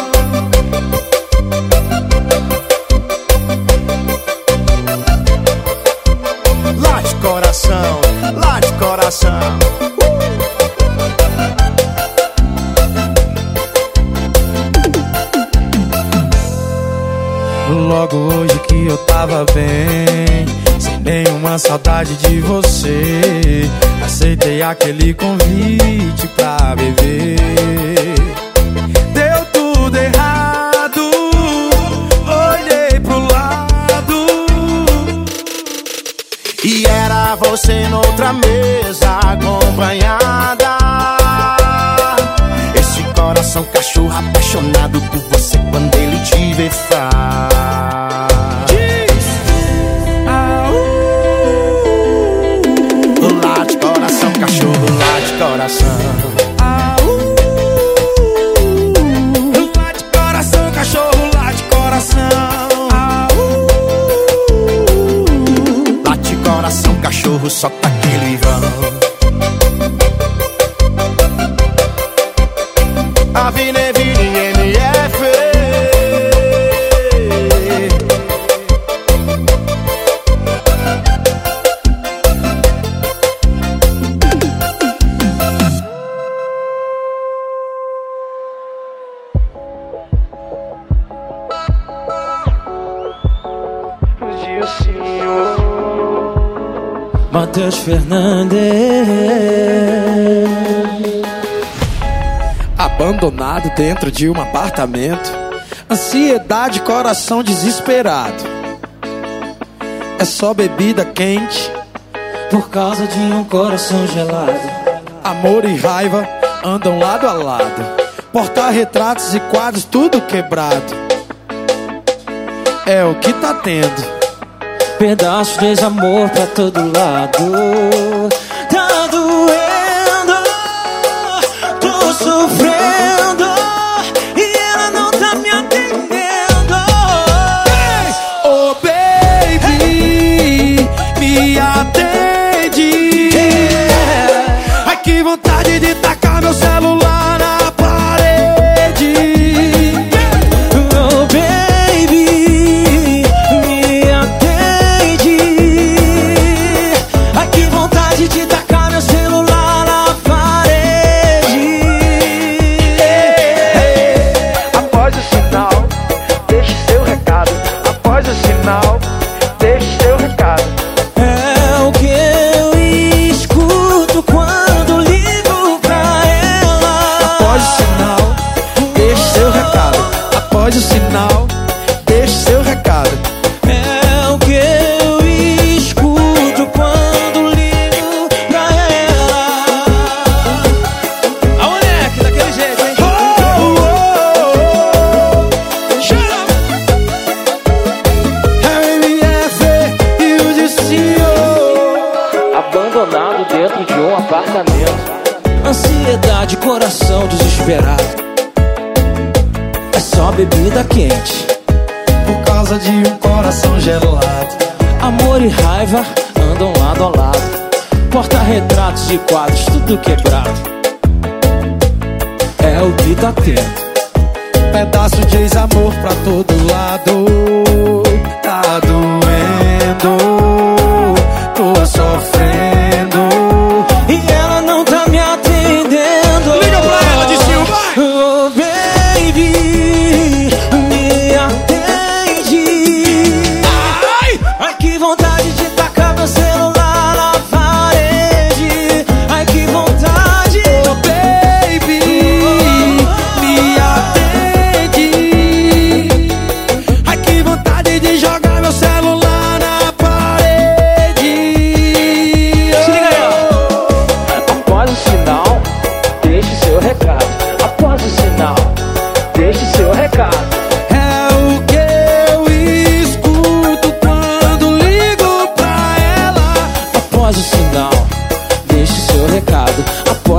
Late coração, late coração.
Logo hoje que eu tava bem, sem nenhuma saudade de você, aceitei aquele convite pra beber. Deu tudo errado, olhei pro lado.
E era você noutra mesa, acompanhada. Esse coração cachorro apaixonado por você, quando ele te vê faz. Late coração, cachorro, late coração.
Late coração, cachorro, late coração.
Late coração, cachorro, só tá aquele vão. Avenida MF.
Matheus Fernandes. Abandonado dentro de um apartamento, ansiedade, coração desesperado. É só bebida quente por causa de um coração gelado. Amor e raiva andam lado a lado, porta-retratos e quadros tudo quebrado. É o que tá tendo, pedaços de desamor pra todo lado. Tá doendo, tô sofrendo e ela não tá me atendendo. Oh baby, me atende. Ai que vontade de tacar meu celular na parede. Oh baby, me atende. Ai que vontade de tacar meu celular na parede. Após o sinal, deixe seu recado. Após o sinal, deixe seu recado. É o que eu escuto quando ligo pra ela. Após o sinal, deixe seu recado. Após o sinal, deixe seu recado. É o que eu escuto quando ligo pra ela. A moleque, daquele jeito, hein? MF e o Dicinho. Abandonado dentro de um apartamento, ansiedade, coração desesperado. É só bebida quente por causa de um coração gelado. Amor e raiva andam lado a lado, porta-retratos e quadros tudo quebrado. É o que tá tendo, pedaço de desamor pra todo lado. Tá doendo, tô sofrendo.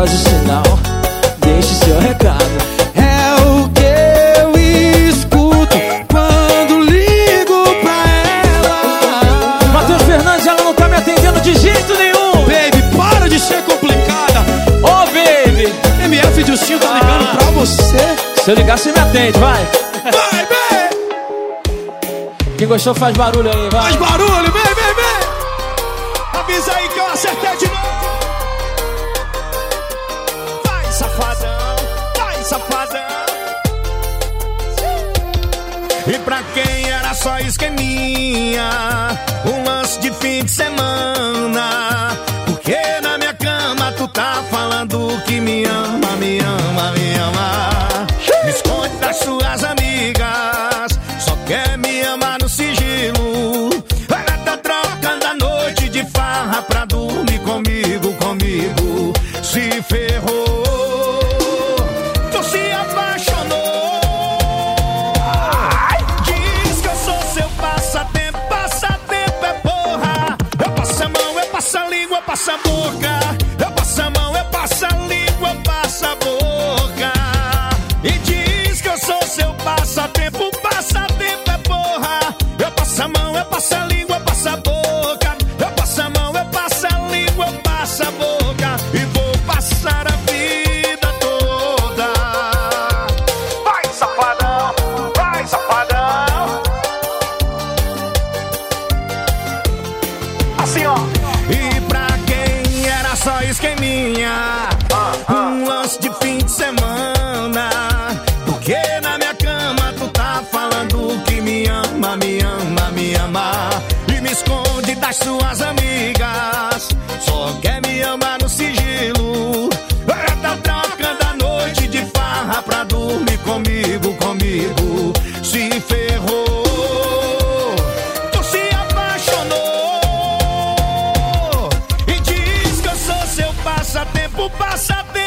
voz o sinal, deixe seu recado. É o que eu escuto quando ligo pra ela. Matheus Fernandes, ela não tá me atendendo de jeito nenhum.
Baby, para de ser complicada.
Ô, baby,
MF Dilcinho tá ligando pra você.
se eu ligar, você me atende, vai.
Vai, vem.
Quem gostou faz barulho aí, vai.
Faz barulho, vem, vem, vem. Avisa aí que eu acertei de novo. Vai, safadão, vai, safadão.
E pra quem era só esqueminha, um lance de fim de semana. Porque na minha cama tu tá falando que me ama, me ama, me ama. Me esconde das suas amigas, só quer me amar no sigilo. Ela tá trocando a noite de farra pra dormir comigo, comigo. Se ferrou, tu se apaixonou. Diz que eu sou seu passatempo, passatempo é porra. Eu passo a mão, eu passo a língua, eu passo a boca. Eu passo a mão, eu passo a língua, eu passo a boca. E diz que eu sou seu passatempo, passatempo é porra. Eu passo a mão, eu passo a língua, eu passo a boca. Eu passo a mão, eu passo a língua, eu passo a boca. E vou passar a vida toda. Vai, safadão, vai, safadão. Assim, ó. E pra quem era só esqueminha, um lance de fim de semana. Porque na minha cama tu tá falando que me ama, me ama, me ama. E me esconde das suas amigas, só quer me amar no sigilo. Ela tá trocando a noite de farra pra dormir comigo, comigo. Se ferrou, tu se apaixonou. E diz que eu sou seu passatempo, passatempo